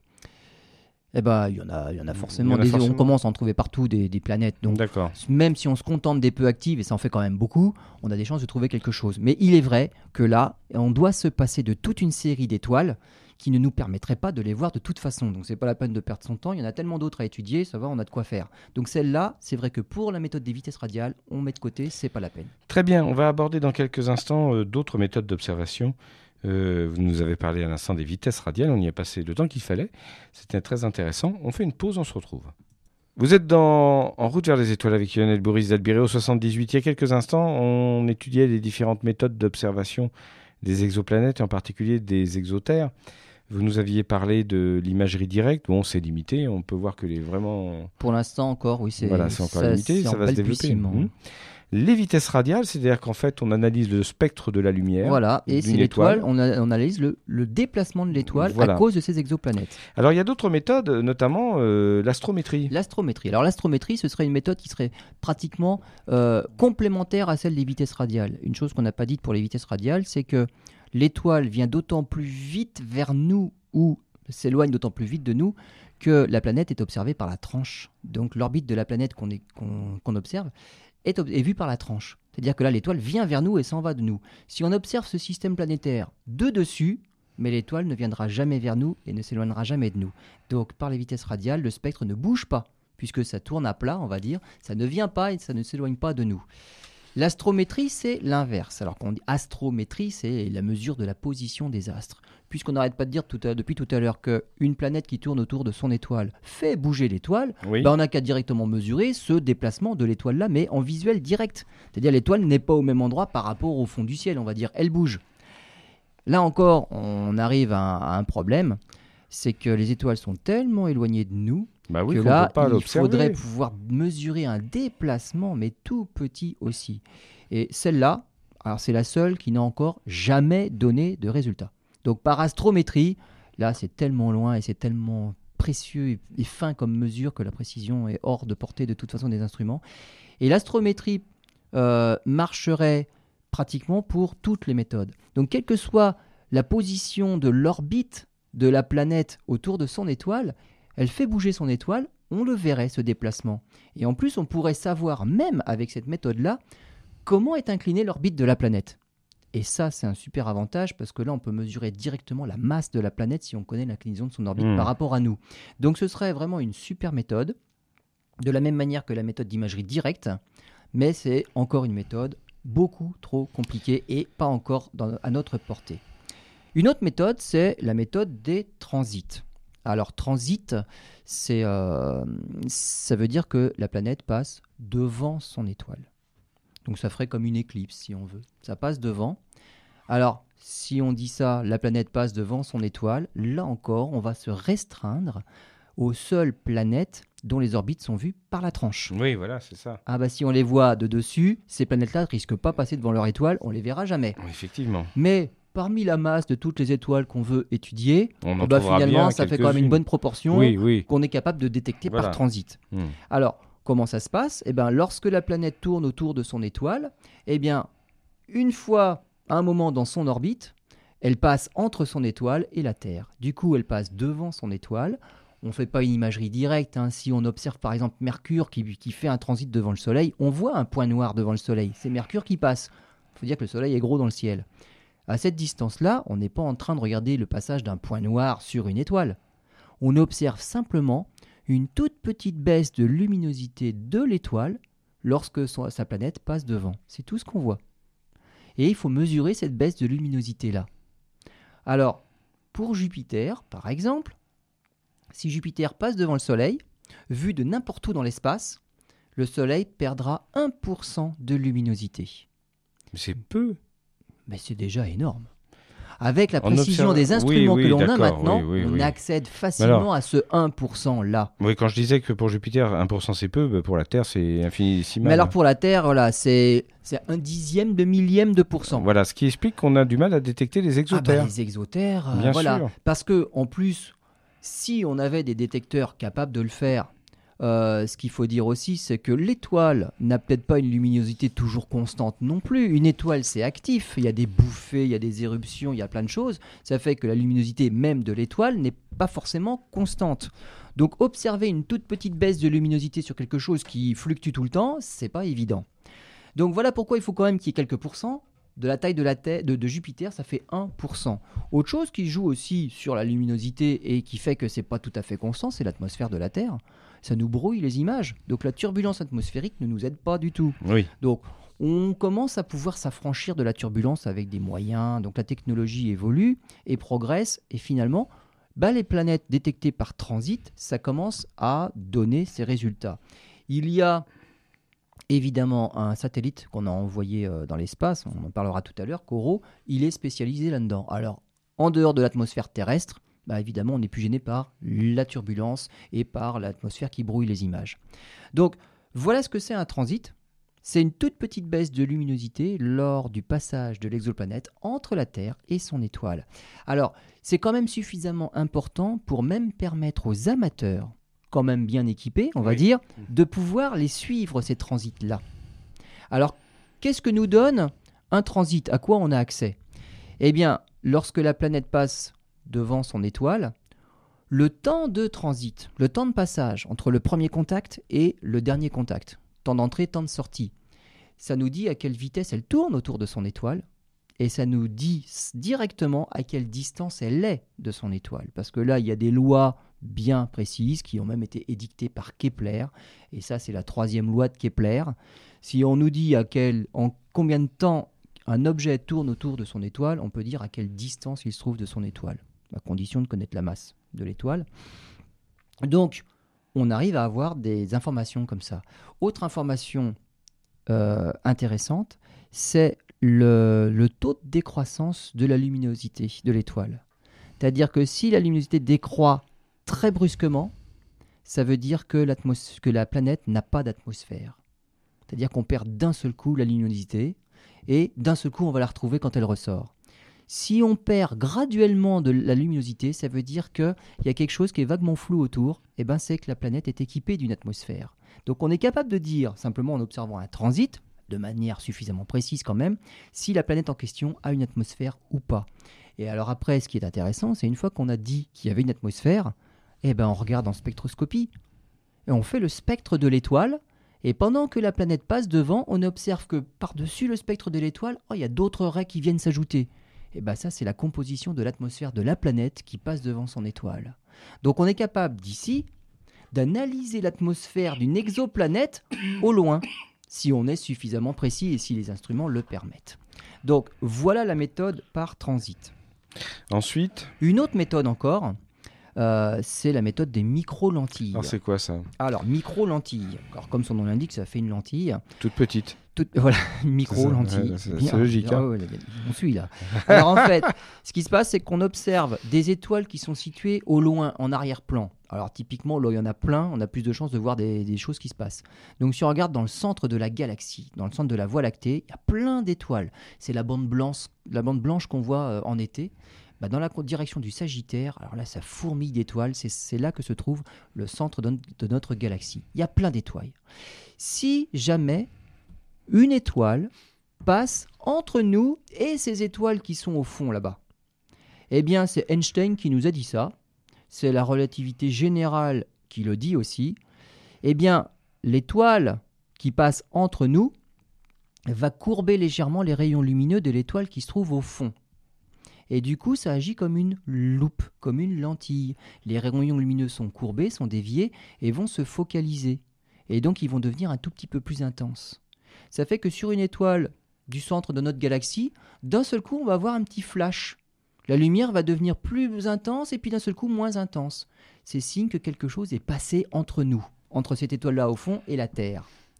il y en a forcément. On commence à en trouver partout des planètes. Donc, même si on se contente des peu actives, et ça en fait quand même beaucoup, on a des chances de trouver quelque chose. Mais il est vrai que là, on doit se passer de toute une série d'étoiles qui ne nous permettraient pas de les voir de toute façon. Donc, c'est pas la peine de perdre son temps. Il y en a tellement d'autres à étudier, ça va, on a de quoi faire. Donc, celle-là, c'est vrai que pour la méthode des vitesses radiales, on met de côté, c'est pas la peine. Très bien, on va aborder dans quelques instants d'autres méthodes d'observation. Vous nous avez parlé à l'instant des vitesses radiales, on y a passé le temps qu'il fallait. C'était très intéressant. On fait une pause, on se retrouve. Vous êtes En route vers les étoiles avec Lionel Boris d'Albiré au 78. Il y a quelques instants, on étudiait les différentes méthodes d'observation des exoplanètes et en particulier des exotères. Vous nous aviez parlé de l'imagerie directe. Bon, c'est limité. On peut voir que vraiment... Pour l'instant encore, oui, c'est encore limité. Ça va se développer. Les vitesses radiales, c'est-à-dire qu'en fait, on analyse le spectre de la lumière. Voilà, et c'est l'étoile, on analyse le déplacement de l'étoile à cause de ces exoplanètes. Alors, il y a d'autres méthodes, notamment l'astrométrie. Alors, l'astrométrie, ce serait une méthode qui serait pratiquement complémentaire à celle des vitesses radiales. Une chose qu'on n'a pas dite pour les vitesses radiales, c'est que l'étoile vient d'autant plus vite vers nous ou s'éloigne d'autant plus vite de nous que la planète est observée par la tranche. Donc, l'orbite de la planète qu'on observe est vue par la tranche. C'est-à-dire que là, l'étoile vient vers nous et s'en va de nous. Si on observe ce système planétaire de dessus, mais l'étoile ne viendra jamais vers nous et ne s'éloignera jamais de nous. Donc, par les vitesses radiales, le spectre ne bouge pas, puisque ça tourne à plat, on va dire. Ça ne vient pas et ça ne s'éloigne pas de nous. L'astrométrie, c'est l'inverse. Alors, quand on dit astrométrie, c'est la mesure de la position des astres. Puisqu'on n'arrête pas de dire depuis tout à l'heure qu'une planète qui tourne autour de son étoile fait bouger l'étoile, on n'a qu'à directement mesurer ce déplacement de l'étoile-là, mais en visuel direct. C'est-à-dire l'étoile n'est pas au même endroit par rapport au fond du ciel, on va dire, elle bouge. Là encore, on arrive à un problème, c'est que les étoiles sont tellement éloignées de nous que là, il faudrait pouvoir mesurer un déplacement, mais tout petit aussi. Et celle-là, alors c'est la seule qui n'a encore jamais donné de résultat. Donc par astrométrie, là c'est tellement loin et c'est tellement précieux et fin comme mesure que la précision est hors de portée de toute façon des instruments. Et l'astrométrie marcherait pratiquement pour toutes les méthodes. Donc quelle que soit la position de l'orbite de la planète autour de son étoile, elle fait bouger son étoile, on le verrait ce déplacement. Et en plus on pourrait savoir même avec cette méthode-là comment est inclinée l'orbite de la planète. Et ça, c'est un super avantage parce que là, on peut mesurer directement la masse de la planète si on connaît l'inclinaison de son orbite par rapport à nous. Donc, ce serait vraiment une super méthode, de la même manière que la méthode d'imagerie directe, mais c'est encore une méthode beaucoup trop compliquée et pas encore à notre portée. Une autre méthode, c'est la méthode des transits. Alors, transit, ça veut dire que la planète passe devant son étoile. Donc ça ferait comme une éclipse si on veut. Ça passe devant. Alors, si on dit ça, la planète passe devant son étoile, là encore, on va se restreindre aux seules planètes dont les orbites sont vues par la tranche. Oui, voilà, c'est ça. Ah bah si on les voit de dessus, ces planètes-là ne risquent pas de passer devant leur étoile, on les verra jamais. Oui, effectivement. Mais parmi la masse de toutes les étoiles qu'on veut étudier, On en trouvera finalement, bien ça fait quand même une quelques-unes. bonne proportion Oui. qu'on est capable de détecter Voilà. par transit. Hmm. Alors, comment ça se passe ? Eh bien, lorsque la planète tourne autour de son étoile, eh bien, une fois, à un moment dans son orbite, elle passe entre son étoile et la Terre. Du coup, elle passe devant son étoile. On ne fait pas une imagerie directe. Si on observe par exemple Mercure qui fait un transit devant le Soleil, on voit un point noir devant le Soleil. C'est Mercure qui passe. Il faut dire que le Soleil est gros dans le ciel. À cette distance-là, on n'est pas en train de regarder le passage d'un point noir sur une étoile. On observe simplement une toute petite baisse de luminosité de l'étoile lorsque sa planète passe devant. C'est tout ce qu'on voit. Et il faut mesurer cette baisse de luminosité-là. Alors, pour Jupiter, par exemple, si Jupiter passe devant le Soleil, vu de n'importe où dans l'espace, le Soleil perdra 1% de luminosité. C'est peu. Mais c'est déjà énorme. Avec la On précision observe- des instruments oui, que l'on a d'accord, maintenant, oui. on accède facilement à ce 1%-là. Oui, quand je disais que pour Jupiter, 1% c'est peu, bah, pour la Terre, c'est infinitésimal. Mais alors pour la Terre, voilà, c'est un dixième de millième de pourcent. Voilà, ce qui explique qu'on a du mal à détecter les exotères. Les exotères, Bien voilà. sûr. Parce que en plus, si on avait des détecteurs capables de le faire, ce qu'il faut dire aussi, c'est que l'étoile n'a peut-être pas une luminosité toujours constante non plus. Une étoile, c'est actif. Il y a des bouffées, il y a des éruptions, il y a plein de choses. Ça fait que la luminosité même de l'étoile n'est pas forcément constante. Donc observer une toute petite baisse de luminosité sur quelque chose qui fluctue tout le temps, c'est pas évident. Donc voilà pourquoi il faut quand même qu'il y ait quelques pourcents. De la taille de Jupiter, ça fait 1%. Autre chose qui joue aussi sur la luminosité et qui fait que c'est pas tout à fait constant, c'est l'atmosphère de la Terre. Ça nous brouille les images. Donc la turbulence atmosphérique ne nous aide pas du tout. Oui. Donc on commence à pouvoir s'affranchir de la turbulence avec des moyens. Donc la technologie évolue et progresse. Et finalement, les planètes détectées par transit, ça commence à donner ses résultats. Il y a évidemment un satellite qu'on a envoyé dans l'espace, on en parlera tout à l'heure, Corot, il est spécialisé là-dedans. Alors, en dehors de l'atmosphère terrestre, évidemment, on n'est plus gêné par la turbulence et par l'atmosphère qui brouille les images. Donc, voilà ce que c'est un transit. C'est une toute petite baisse de luminosité lors du passage de l'exoplanète entre la Terre et son étoile. Alors, c'est quand même suffisamment important pour même permettre aux amateurs, quand même bien équipés, on va dire, de pouvoir les suivre, ces transits-là. Alors, qu'est-ce que nous donne un transit ? À quoi on a accès ? Eh bien, lorsque la planète passe devant son étoile, le temps de transit, le temps de passage entre le premier contact et le dernier contact, temps d'entrée, temps de sortie, ça nous dit à quelle vitesse elle tourne autour de son étoile et ça nous dit directement à quelle distance elle est de son étoile. Parce que là, il y a des lois bien précises qui ont même été édictées par Kepler et ça, c'est la 3e loi de Kepler. Si on nous dit en combien de temps un objet tourne autour de son étoile, on peut dire à quelle distance il se trouve de son étoile, à condition de connaître la masse de l'étoile. Donc, on arrive à avoir des informations comme ça. Autre information intéressante, c'est le taux de décroissance de la luminosité de l'étoile. C'est-à-dire que si la luminosité décroît très brusquement, ça veut dire que la planète n'a pas d'atmosphère. C'est-à-dire qu'on perd d'un seul coup la luminosité et d'un seul coup on va la retrouver quand elle ressort. Si on perd graduellement de la luminosité, ça veut dire qu'il y a quelque chose qui est vaguement flou autour, et c'est que la planète est équipée d'une atmosphère. Donc on est capable de dire, simplement en observant un transit, de manière suffisamment précise quand même, si la planète en question a une atmosphère ou pas. Et alors après, ce qui est intéressant, c'est une fois qu'on a dit qu'il y avait une atmosphère, on regarde en spectroscopie, et on fait le spectre de l'étoile, et pendant que la planète passe devant, on observe que par-dessus le spectre de l'étoile, il y a d'autres raies qui viennent s'ajouter. Ça, c'est la composition de l'atmosphère de la planète qui passe devant son étoile. Donc on est capable d'ici d'analyser l'atmosphère d'une exoplanète au loin, si on est suffisamment précis et si les instruments le permettent. Donc voilà la méthode par transit. Ensuite, Une autre méthode encore, c'est la méthode des micro-lentilles. Alors c'est quoi ça? Alors, micro-lentilles. Alors, comme son nom l'indique, ça fait une lentille. Toute petite. Voilà, micro-lentilles. C'est logique. Ah ouais, on suit là. Alors en fait, ce qui se passe, c'est qu'on observe des étoiles qui sont situées au loin, en arrière-plan. Alors typiquement, là, il y en a plein, on a plus de chances de voir des choses qui se passent. Donc si on regarde dans le centre de la galaxie, dans le centre de la Voie lactée, il y a plein d'étoiles. C'est la bande blanche qu'on voit en été. Dans la direction du Sagittaire, alors là, ça fourmille d'étoiles. C'est là que se trouve le centre de notre galaxie. Il y a plein d'étoiles. Si jamais une étoile passe entre nous et ces étoiles qui sont au fond là-bas, eh bien, c'est Einstein qui nous a dit ça. C'est la relativité générale qui le dit aussi. Eh bien, l'étoile qui passe entre nous va courber légèrement les rayons lumineux de l'étoile qui se trouve au fond. Et du coup, ça agit comme une loupe, comme une lentille. Les rayons lumineux sont courbés, sont déviés et vont se focaliser. Et donc, ils vont devenir un tout petit peu plus intenses. Ça fait que sur une étoile du centre de notre galaxie, d'un seul coup, on va avoir un petit flash. La lumière va devenir plus intense et puis d'un seul coup moins intense. C'est signe que quelque chose est passé entre nous, entre cette étoile-là au fond et la Terre.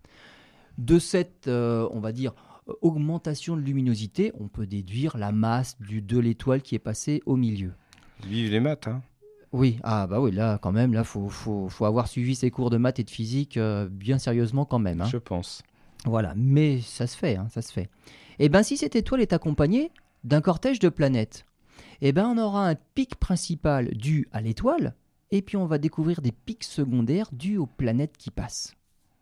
De cette, on va dire, augmentation de luminosité, on peut déduire la masse de l'étoile qui est passée au milieu. Vive les maths, hein. Oui, oui, là quand même, là faut avoir suivi ses cours de maths et de physique bien sérieusement quand même. Hein. Je pense. Voilà, mais ça se fait, ça se fait. Et bien, si cette étoile est accompagnée d'un cortège de planètes, eh ben, on aura un pic principal dû à l'étoile, et puis on va découvrir des pics secondaires dus aux planètes qui passent.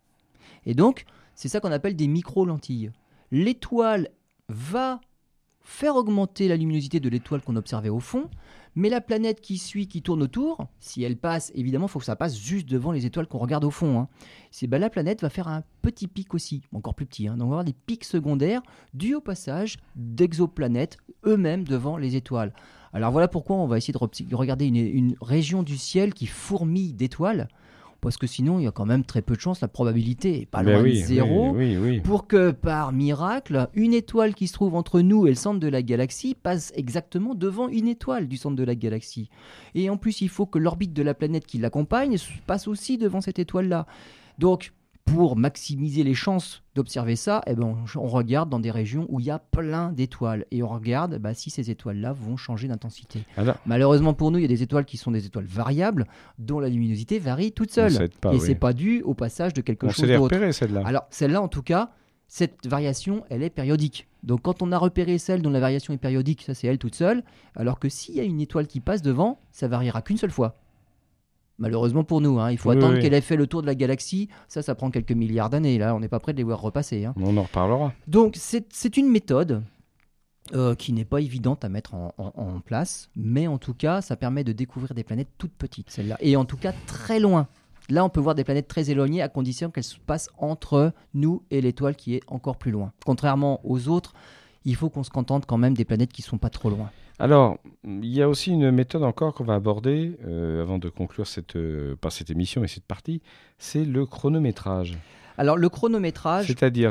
Et donc, c'est ça qu'on appelle des micro-lentilles. L'étoile va faire augmenter la luminosité de l'étoile qu'on observait au fond, mais la planète qui suit, qui tourne autour, si elle passe, évidemment, il faut que ça passe juste devant les étoiles qu'on regarde au fond. Hein. La planète va faire un petit pic aussi, encore plus petit. Hein. Donc on va avoir des pics secondaires dus au passage d'exoplanètes eux-mêmes devant les étoiles. Alors voilà pourquoi on va essayer de regarder une région du ciel qui fourmille d'étoiles, parce que sinon, il y a quand même très peu de chances, la probabilité est pas loin de zéro, pour que, par miracle, une étoile qui se trouve entre nous et le centre de la galaxie passe exactement devant une étoile du centre de la galaxie. Et en plus, il faut que l'orbite de la planète qui l'accompagne passe aussi devant cette étoile-là. Donc, pour maximiser les chances d'observer ça, on regarde dans des régions où il y a plein d'étoiles. Et on regarde si ces étoiles-là vont changer d'intensité. Alors, malheureusement pour nous, il y a des étoiles qui sont des étoiles variables, dont la luminosité varie toute seule. Ce n'est pas dû au passage de quelque chose d'autre. Repérer, celle-là. Alors, celle-là, en tout cas, cette variation, elle est périodique. Donc, quand on a repéré celle dont la variation est périodique, ça, c'est elle toute seule. Alors que s'il y a une étoile qui passe devant, ça variera qu'une seule fois. Malheureusement pour nous, il faut attendre qu'elle ait fait le tour de la galaxie. Ça prend quelques milliards d'années. Là, on n'est pas prêt de les voir repasser. On en reparlera. Donc, c'est une méthode qui n'est pas évidente à mettre en place. Mais en tout cas, ça permet de découvrir des planètes toutes petites, celle-là. Et en tout cas, très loin. Là, on peut voir des planètes très éloignées à condition qu'elles se passent entre nous et l'étoile qui est encore plus loin. Contrairement aux autres, il faut qu'on se contente quand même des planètes qui ne sont pas trop loin. Alors, il y a aussi une méthode encore qu'on va aborder avant de conclure cette émission et cette partie, c'est le chronométrage. Alors, le chronométrage... C'est-à-dire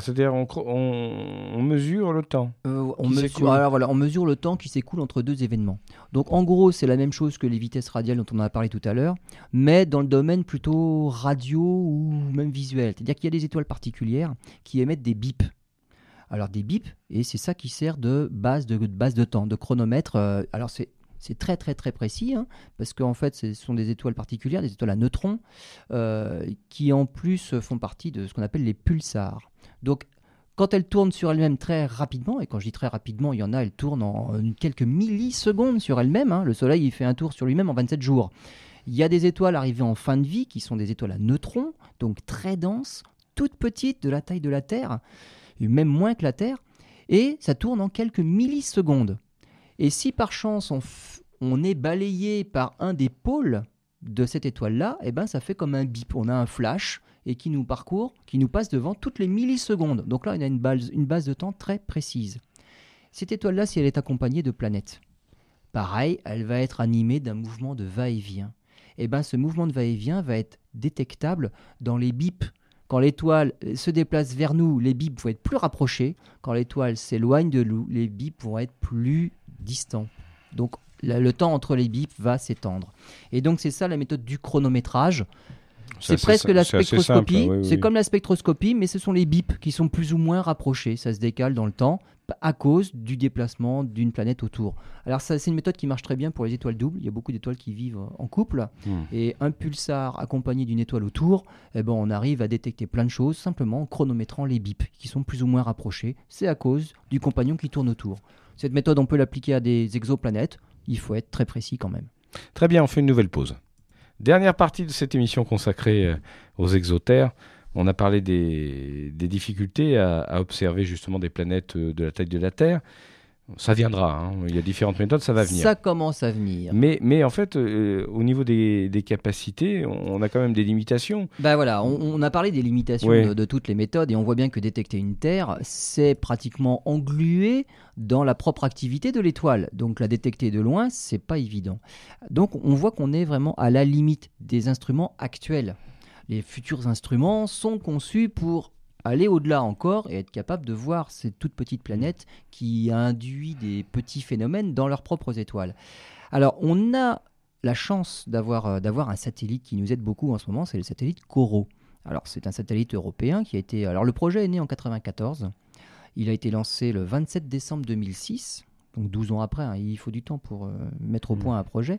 on mesure le temps. On mesure le temps qui s'écoule entre deux événements. Donc, en gros, c'est la même chose que les vitesses radiales dont on a parlé tout à l'heure, mais dans le domaine plutôt radio ou même visuel. C'est-à-dire qu'il y a des étoiles particulières qui émettent des bips. Alors des bips, et c'est ça qui sert de base de temps, de chronomètre. Alors c'est très très très précis, parce qu'en fait ce sont des étoiles particulières, des étoiles à neutrons, qui en plus font partie de ce qu'on appelle les pulsars. Donc quand elles tournent sur elles-mêmes très rapidement, et quand je dis très rapidement, il y en a, elles tournent en quelques millisecondes sur elles-mêmes. Le Soleil il fait un tour sur lui-même en 27 jours. Il y a des étoiles arrivées en fin de vie qui sont des étoiles à neutrons, donc très denses, toutes petites, de la taille de la Terre, même moins que la Terre, et ça tourne en quelques millisecondes. Et si par chance on est balayé par un des pôles de cette étoile-là, ça fait comme un bip. On a un flash et qui nous parcourt, qui nous passe devant toutes les millisecondes. Donc là, on a une base de temps très précise. Cette étoile-là, si elle est accompagnée de planètes, pareil, elle va être animée d'un mouvement de va-et-vient. Ce mouvement de va-et-vient va être détectable dans les bips. Quand l'étoile se déplace vers nous, les bips vont être plus rapprochés. Quand l'étoile s'éloigne de nous, les bips vont être plus distants. Donc le temps entre les bips va s'étendre. Et donc c'est ça la méthode du chronométrage. C'est presque la spectroscopie. Simple, oui. C'est comme la spectroscopie, mais ce sont les bips qui sont plus ou moins rapprochés. Ça se décale dans le temps à cause du déplacement d'une planète autour. Alors ça, c'est une méthode qui marche très bien pour les étoiles doubles. Il y a beaucoup d'étoiles qui vivent en couple. Et un pulsar accompagné d'une étoile autour, on arrive à détecter plein de choses simplement en chronométrant les bips qui sont plus ou moins rapprochés. C'est à cause du compagnon qui tourne autour. Cette méthode, on peut l'appliquer à des exoplanètes. Il faut être très précis quand même. Très bien, on fait une nouvelle pause. Dernière partie de cette émission consacrée aux exotères. On a parlé des difficultés à observer justement des planètes de la taille de la Terre. Ça viendra, hein. Il y a différentes méthodes, ça va venir. Ça commence à venir. Mais en fait, au niveau des capacités, on a quand même des limitations. Voilà, on a parlé des limitations de toutes les méthodes et on voit bien que détecter une Terre, c'est pratiquement englué dans la propre activité de l'étoile. Donc la détecter de loin, c'est pas évident. Donc on voit qu'on est vraiment à la limite des instruments actuels. Les futurs instruments sont conçus pour aller au-delà encore et être capable de voir ces toutes petites planètes qui induisent des petits phénomènes dans leurs propres étoiles. Alors, on a la chance d'avoir un satellite qui nous aide beaucoup en ce moment, c'est le satellite COROT. Alors, c'est un satellite européen qui a été... Alors, le projet est né en 1994. Il a été lancé le 27 décembre 2006, donc 12 ans après. Hein, il faut du temps pour mettre au point un projet.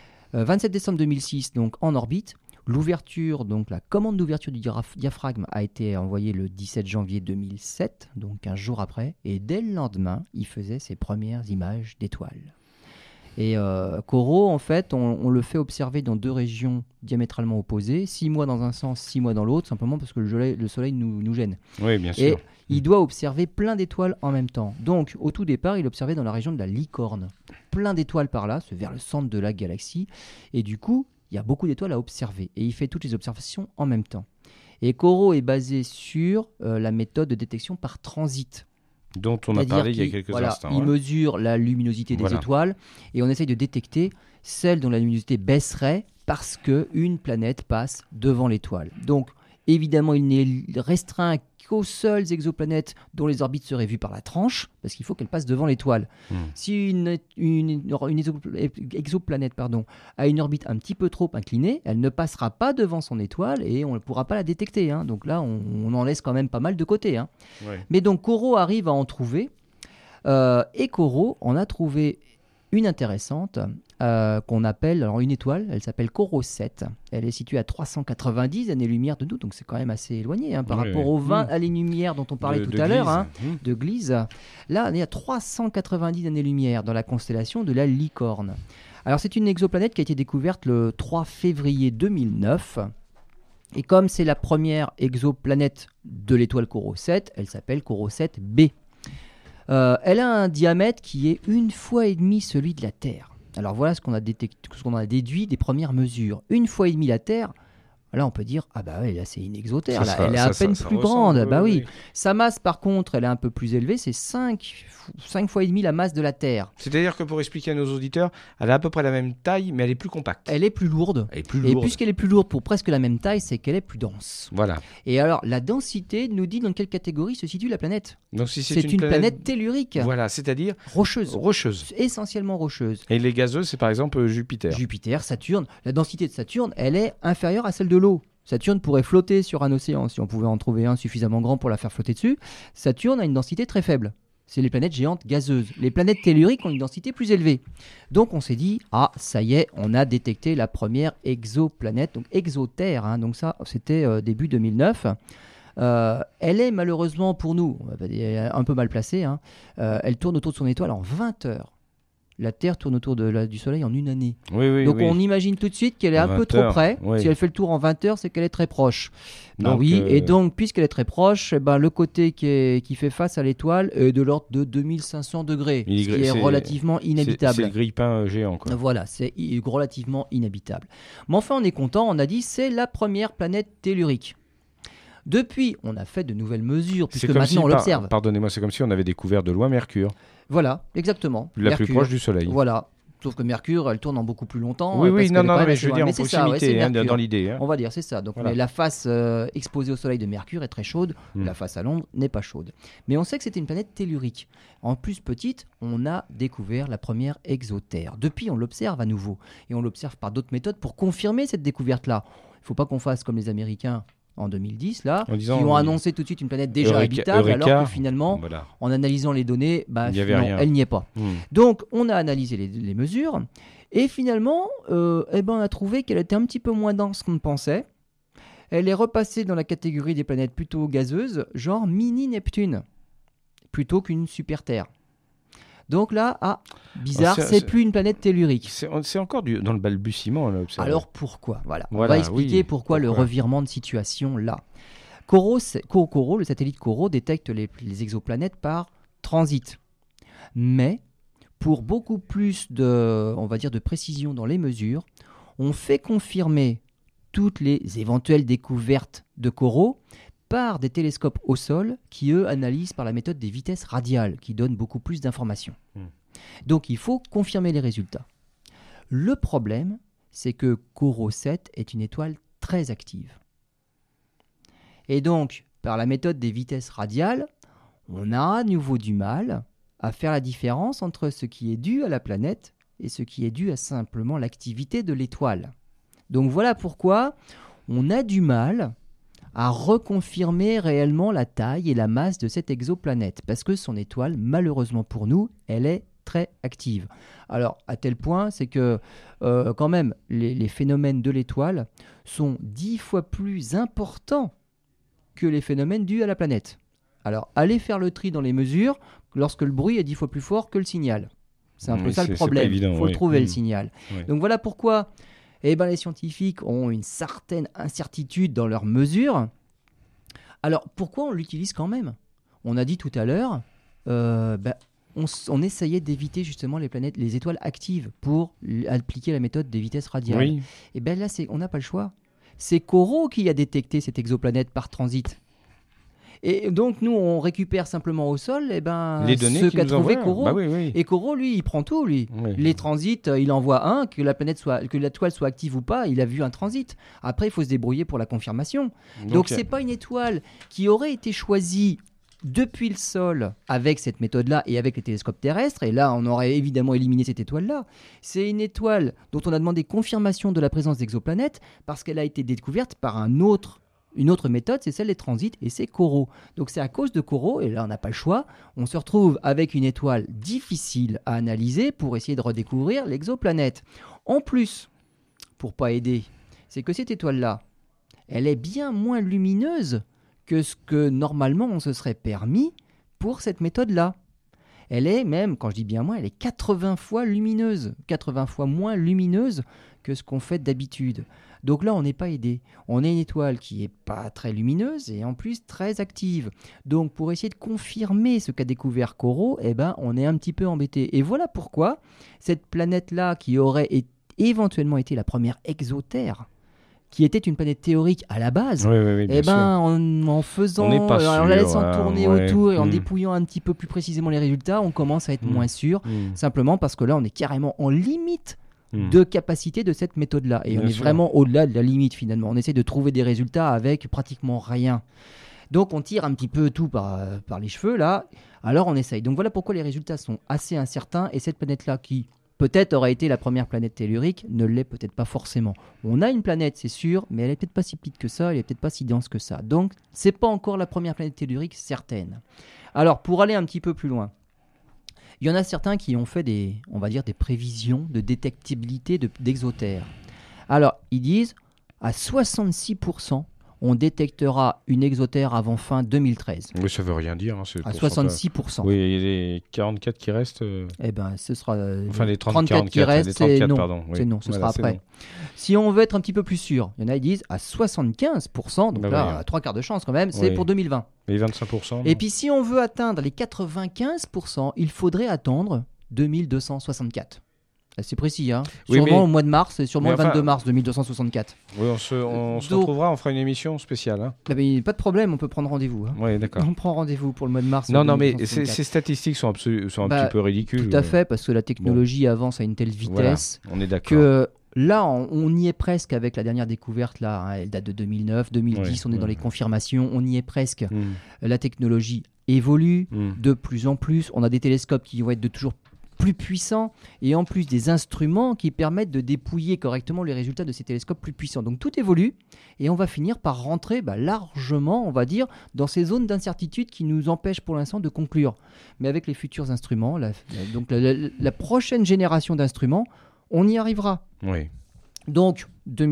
27 décembre 2006, donc en orbite. L'ouverture, donc la commande d'ouverture du diaphragme a été envoyée le 17 janvier 2007, donc 15 jours après, et dès le lendemain, il faisait ses premières images d'étoiles. Et COROT, en fait, on le fait observer dans 2 régions diamétralement opposées, 6 mois dans un sens, 6 mois dans l'autre, simplement parce que le soleil nous gêne. Oui, bien sûr. Et il doit observer plein d'étoiles en même temps. Donc, au tout départ, il observait dans la région de la Licorne. Plein d'étoiles par là, c'est vers le centre de la galaxie. Et du coup, il y a beaucoup d'étoiles à observer et il fait toutes les observations en même temps. Et COROT est basé sur la méthode de détection par transit. Dont on a parlé il y a quelques instants. Il mesure la luminosité des étoiles et on essaye de détecter celle dont la luminosité baisserait parce qu'une planète passe devant l'étoile. Donc, évidemment, il n'est restreint qu'aux seules exoplanètes dont les orbites seraient vues par la tranche, parce qu'il faut qu'elles passent devant l'étoile. Si une exoplanète a une orbite un petit peu trop inclinée, elle ne passera pas devant son étoile et on ne pourra pas la détecter. Hein. Donc là, on en laisse quand même pas mal de côté. Hein. Ouais. Mais donc, COROT arrive à en trouver. Et COROT en a trouvé une intéressante qu'on appelle une étoile, elle s'appelle COROT 7. Elle est située à 390 années-lumière de nous, donc c'est quand même assez éloigné par rapport aux 20 années-lumière dont on parlait tout à l'heure, de Gliese. Là, on est à 390 années-lumière dans la constellation de la Licorne. Alors c'est une exoplanète qui a été découverte le 3 février 2009. Et comme c'est la première exoplanète de l'étoile COROT 7, elle s'appelle COROT 7b. Elle a un diamètre qui est 1,5 fois celui de la Terre. Alors voilà ce qu'on a déduit des premières mesures. 1,5 fois la Terre, là on peut dire, là c'est une exotère, elle est à peine plus grande. Oui. Sa masse par contre, elle est un peu plus élevée, c'est 5 fois et demi la masse de la Terre. C'est-à-dire que pour expliquer à nos auditeurs, elle a à peu près la même taille, mais elle est plus compacte. Elle est plus lourde. Et puisqu'elle est plus lourde pour presque la même taille, c'est qu'elle est plus dense. Voilà. Et alors, la densité nous dit dans quelle catégorie se situe la planète. Donc si c'est une planète tellurique. Voilà, c'est-à-dire rocheuse. Essentiellement rocheuse. Et les gazeuses, c'est par exemple Jupiter. Jupiter, Saturne. La densité de Saturne, elle est inférieure à celle de l'eau. Saturne pourrait flotter sur un océan si on pouvait en trouver un suffisamment grand pour la faire flotter dessus. Saturne a une densité très faible. C'est les planètes géantes gazeuses. Les planètes telluriques ont une densité plus élevée. Donc on s'est dit, ça y est, on a détecté la première exoplanète, donc exotère. Donc ça, c'était début 2009. Elle est malheureusement pour nous, elle est un peu mal placée. Elle tourne autour de son étoile en 20 heures. La Terre tourne autour du Soleil en 1 année. Donc on imagine tout de suite qu'elle est un peu trop près. Si elle fait le tour en 20 heures, c'est qu'elle est très proche. Et donc puisqu'elle est très proche, le côté qui fait face à l'étoile est de l'ordre de 2500 degrés, ce qui est relativement inhabitable. C'est le grille-pain géant. Voilà, c'est relativement inhabitable. Mais enfin, on est content, on a dit c'est la première planète tellurique. Depuis, on a fait de nouvelles mesures, puisque maintenant on l'observe. Pardonnez-moi, c'est comme si on avait découvert de loin Mercure. Voilà, exactement. Plus proche du Soleil. Voilà. Sauf que Mercure, elle tourne en beaucoup plus longtemps. Oui, parce oui, qu'elle non, est non, quand même mais assez je veux loin. dire en Mais c'est ça, ouais, proximité, c'est Mercure. dans l'idée. Hein. On va dire, c'est ça. Donc, Voilà. mais la face exposée au Soleil de Mercure est très chaude, la face à l'ombre n'est pas chaude. Mais on sait que c'était une planète tellurique. En plus petite, on a découvert la première exotère. Depuis, on l'observe à nouveau. Et on l'observe par d'autres méthodes pour confirmer cette découverte-là. Il ne faut pas qu'on fasse comme les Américains en 2010, là, En disant, qui ont oui. annoncé tout de suite une planète déjà Eureka, habitable, Eureka. alors que finalement, Voilà. en analysant les données, Il y avait non, rien. elle n'y est pas. Donc, on a analysé les mesures, et finalement, on a trouvé qu'elle était un petit peu moins dense qu'on ne pensait. Elle est repassée dans la catégorie des planètes plutôt gazeuses, genre mini-Neptune, plutôt qu'une super-Terre. Donc là, bizarre, c'est plus une planète tellurique. C'est encore dans le balbutiement, là, observé. Alors pourquoi ? Voilà. On Voilà, va expliquer oui, pourquoi le revirement de situation là. Le satellite CORO détecte les exoplanètes par transit. Mais pour beaucoup plus de précision dans les mesures, on fait confirmer toutes les éventuelles découvertes de coraux par des télescopes au sol qui, eux, analysent par la méthode des vitesses radiales, qui donnent beaucoup plus d'informations. Donc, il faut confirmer les résultats. Le problème, c'est que Corot 7 est une étoile très active. Et donc, par la méthode des vitesses radiales, on a à nouveau du mal à faire la différence entre ce qui est dû à la planète et ce qui est dû à simplement l'activité de l'étoile. Donc voilà pourquoi on a du mal à reconfirmer réellement la taille et la masse de cette exoplanète, parce que son étoile, malheureusement pour nous, elle est très active. Alors, à tel point, c'est que quand même, les phénomènes de l'étoile sont 10 fois plus importants que les phénomènes dus à la planète. Alors, allez faire le tri dans les mesures lorsque le bruit est 10 fois plus fort que le signal. C'est un peu ça le problème. Il faut le trouver, le signal. Oui. Donc voilà pourquoi les scientifiques ont une certaine incertitude dans leurs mesures. Alors, pourquoi on l'utilise quand même ? On a dit tout à l'heure, on essayait d'éviter justement les étoiles actives pour appliquer la méthode des vitesses radiales. Oui. Et bien là, on n'a pas le choix. C'est Corot qui a détecté cette exoplanète par transit. Et donc, nous, on récupère simplement au sol les données ce qu'a trouvé Corot. Bah oui, oui. Et Corot, lui, il prend tout, lui. Oui. Les transits, il envoie que l'étoile soit active ou pas, il a vu un transit. Après, il faut se débrouiller pour la confirmation. Donc c'est pas une étoile qui aurait été choisie depuis le sol avec cette méthode-là et avec les télescopes terrestres. Et là, on aurait évidemment éliminé cette étoile-là. C'est une étoile dont on a demandé confirmation de la présence d'exoplanètes parce qu'elle a été découverte par une autre méthode, c'est celle des transits, et c'est Corot. Donc c'est à cause de Corot, et là on n'a pas le choix, on se retrouve avec une étoile difficile à analyser pour essayer de redécouvrir l'exoplanète. En plus, pour pas aider, c'est que cette étoile-là, elle est bien moins lumineuse que ce que normalement on se serait permis pour cette méthode-là. Elle est même, quand je dis bien moins, elle est 80 fois lumineuse, 80 fois moins lumineuse que ce qu'on fait d'habitude. Donc là, on n'est pas aidé. On est une étoile qui n'est pas très lumineuse et en plus très active. Donc pour essayer de confirmer ce qu'a découvert Corot, on est un petit peu embêté. Et voilà pourquoi cette planète-là, qui aurait éventuellement été la première exotère, qui était une planète théorique à la base, en la laissant tourner autour et en dépouillant un petit peu plus précisément les résultats, on commence à être moins sûr, simplement parce que là, on est carrément en limite de capacité de cette méthode-là. Et on est vraiment au-delà de la limite, finalement. On essaie de trouver des résultats avec pratiquement rien. Donc, on tire un petit peu tout par les cheveux, là. Alors, on essaye. Donc, voilà pourquoi les résultats sont assez incertains. Et cette planète-là, qui peut-être aurait été la première planète tellurique, ne l'est peut-être pas forcément. On a une planète, c'est sûr, mais elle n'est peut-être pas si petite que ça, elle n'est peut-être pas si dense que ça. Donc, c'est pas encore la première planète tellurique certaine. Alors, pour aller un petit peu plus loin, il y en a certains qui ont fait des prévisions de détectabilité d'exotères. Alors, ils disent, à 66%, on détectera une exotère avant fin 2013. Oui, ça veut rien dire. Hein, à 66%. Oui, et les 44 qui restent... ce sera... enfin, les 34 qui restent, c'est non. Pardon, oui. C'est non, ce sera après. Non. Si on veut être un petit peu plus sûr, il y en a qui disent à 75%, donc là, 3 quarts de chance quand même, c'est pour 2020. Et 25%. Et puis si on veut atteindre les 95%, il faudrait attendre 2264. C'est précis, hein. Oui, Sûrement mais- au mois de mars, et sûrement mais le 22 enfin- mars 2264. Oui, on se Donc- retrouvera, on fera une émission spéciale. Hein. Ah, mais pas de problème, on peut prendre rendez-vous. Hein. Oui, d'accord. On prend rendez-vous pour le mois de mars. Non, mais 2264. ces statistiques sont un Bah, petit peu ridicules. Tout à fait, parce que la technologie avance à une telle Voilà, vitesse on est d'accord. que là, on y est presque avec la dernière découverte. Là, hein, elle date de 2009, 2010, on est dans les confirmations, on y est presque. La technologie évolue de plus en plus. On a des télescopes qui vont être de toujours plus puissants et en plus des instruments qui permettent de dépouiller correctement les résultats de ces télescopes plus puissants. Donc tout évolue et on va finir par rentrer largement, on va dire, dans ces zones d'incertitude qui nous empêchent pour l'instant de conclure. Mais avec les futurs instruments, la prochaine génération d'instruments, on y arrivera. Oui. Donc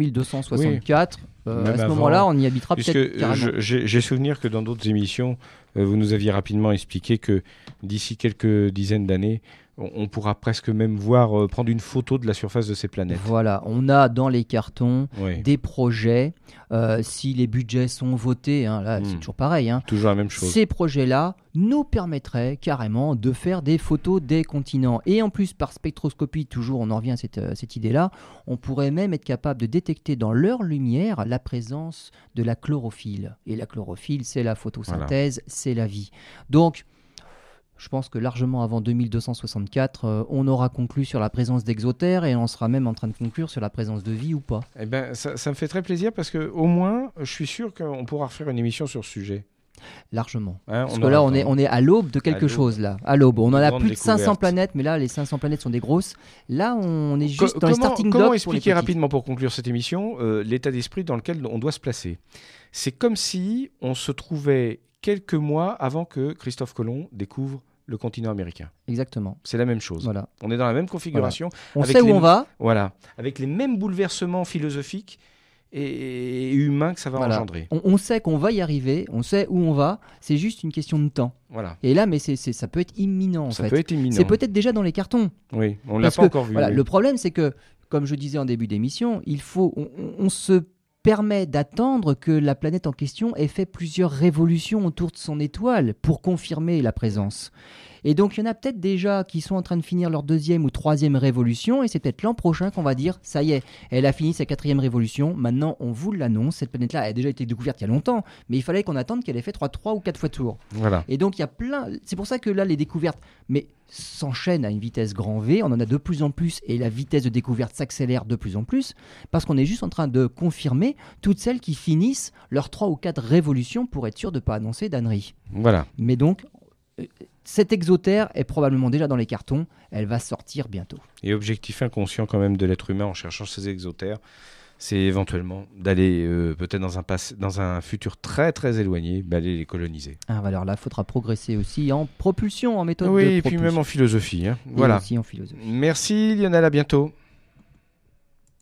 2264, Même à ce avant, moment-là, on y habitera Puisque peut-être carrément. j'ai souvenir que dans d'autres émissions, vous nous aviez rapidement expliqué que d'ici quelques dizaines d'années, on pourra presque même voir prendre une photo de la surface de ces planètes. Voilà, on a dans les cartons Oui. des projets. Si les budgets sont votés, hein, là c'est toujours pareil. Hein, Toujours la même chose. ces projets-là nous permettraient carrément de faire des photos des continents. Et en plus, par spectroscopie, toujours on en revient à cette idée-là, on pourrait même être capable de détecter dans leur lumière la présence de la chlorophylle. Et la chlorophylle, c'est la photosynthèse, c'est la vie. Donc, je pense que largement avant 2264, on aura conclu sur la présence d'exotères et on sera même en train de conclure sur la présence de vie ou pas. Eh ben, ça me fait très plaisir parce que au moins, je suis sûr qu'on pourra refaire une émission sur ce sujet. Largement. Hein, Parce que là, on est à l'aube de quelque l'aube. chose. Là. À l'aube. On en a Grande plus de 500 découverte. planètes, mais là, les 500 planètes sont des grosses. Là, on est juste dans les Comment starting blocks pour les expliquer petites. rapidement pour conclure cette émission l'état d'esprit dans lequel on doit se placer? C'est comme si on se trouvait quelques mois avant que Christophe Colomb découvre le continent américain. Exactement. C'est la même chose. Voilà. On est dans la même configuration. On Avec sait où les- on va. Voilà. Avec les mêmes bouleversements philosophiques et humains que ça va Voilà. engendrer. On sait qu'on va y arriver. On sait où on va. C'est juste une question de temps. Voilà. Et là, mais ça peut être imminent en Ça fait. peut être imminent. C'est peut-être déjà dans les cartons. Oui, on l'a Parce pas que, encore vu. voilà, oui. le problème, c'est que, comme je disais en début d'émission, on se permet d'attendre que la planète en question ait fait plusieurs révolutions autour de son étoile pour confirmer la présence. Et donc, il y en a peut-être déjà qui sont en train de finir leur 2e ou 3e révolution, et c'est peut-être l'an prochain qu'on va dire, ça y est, elle a fini sa 4e révolution, maintenant on vous l'annonce, cette planète-là a déjà été découverte il y a longtemps, mais il fallait qu'on attende qu'elle ait fait 3 ou 4 fois tour. Voilà. Et donc, il y a plein. C'est pour ça que là, les découvertes s'enchaînent à une vitesse grand V. On en a de plus en plus et la vitesse de découverte s'accélère de plus en plus parce qu'on est juste en train de confirmer toutes celles qui finissent leurs 3 ou 4 révolutions pour être sûr de ne pas annoncer d'ânerie. Voilà. Mais donc, cette exotère est probablement déjà dans les cartons. Elle va sortir bientôt. Et objectif inconscient quand même de l'être humain en cherchant ces exotères, c'est éventuellement d'aller peut-être dans un futur très très éloigné, aller les coloniser. Ah, alors là, il faudra progresser aussi en propulsion, en méthode Oui, de et puis propulsion. même en philosophie. Hein. Et Voilà. aussi en philosophie. Merci Lionel, à bientôt.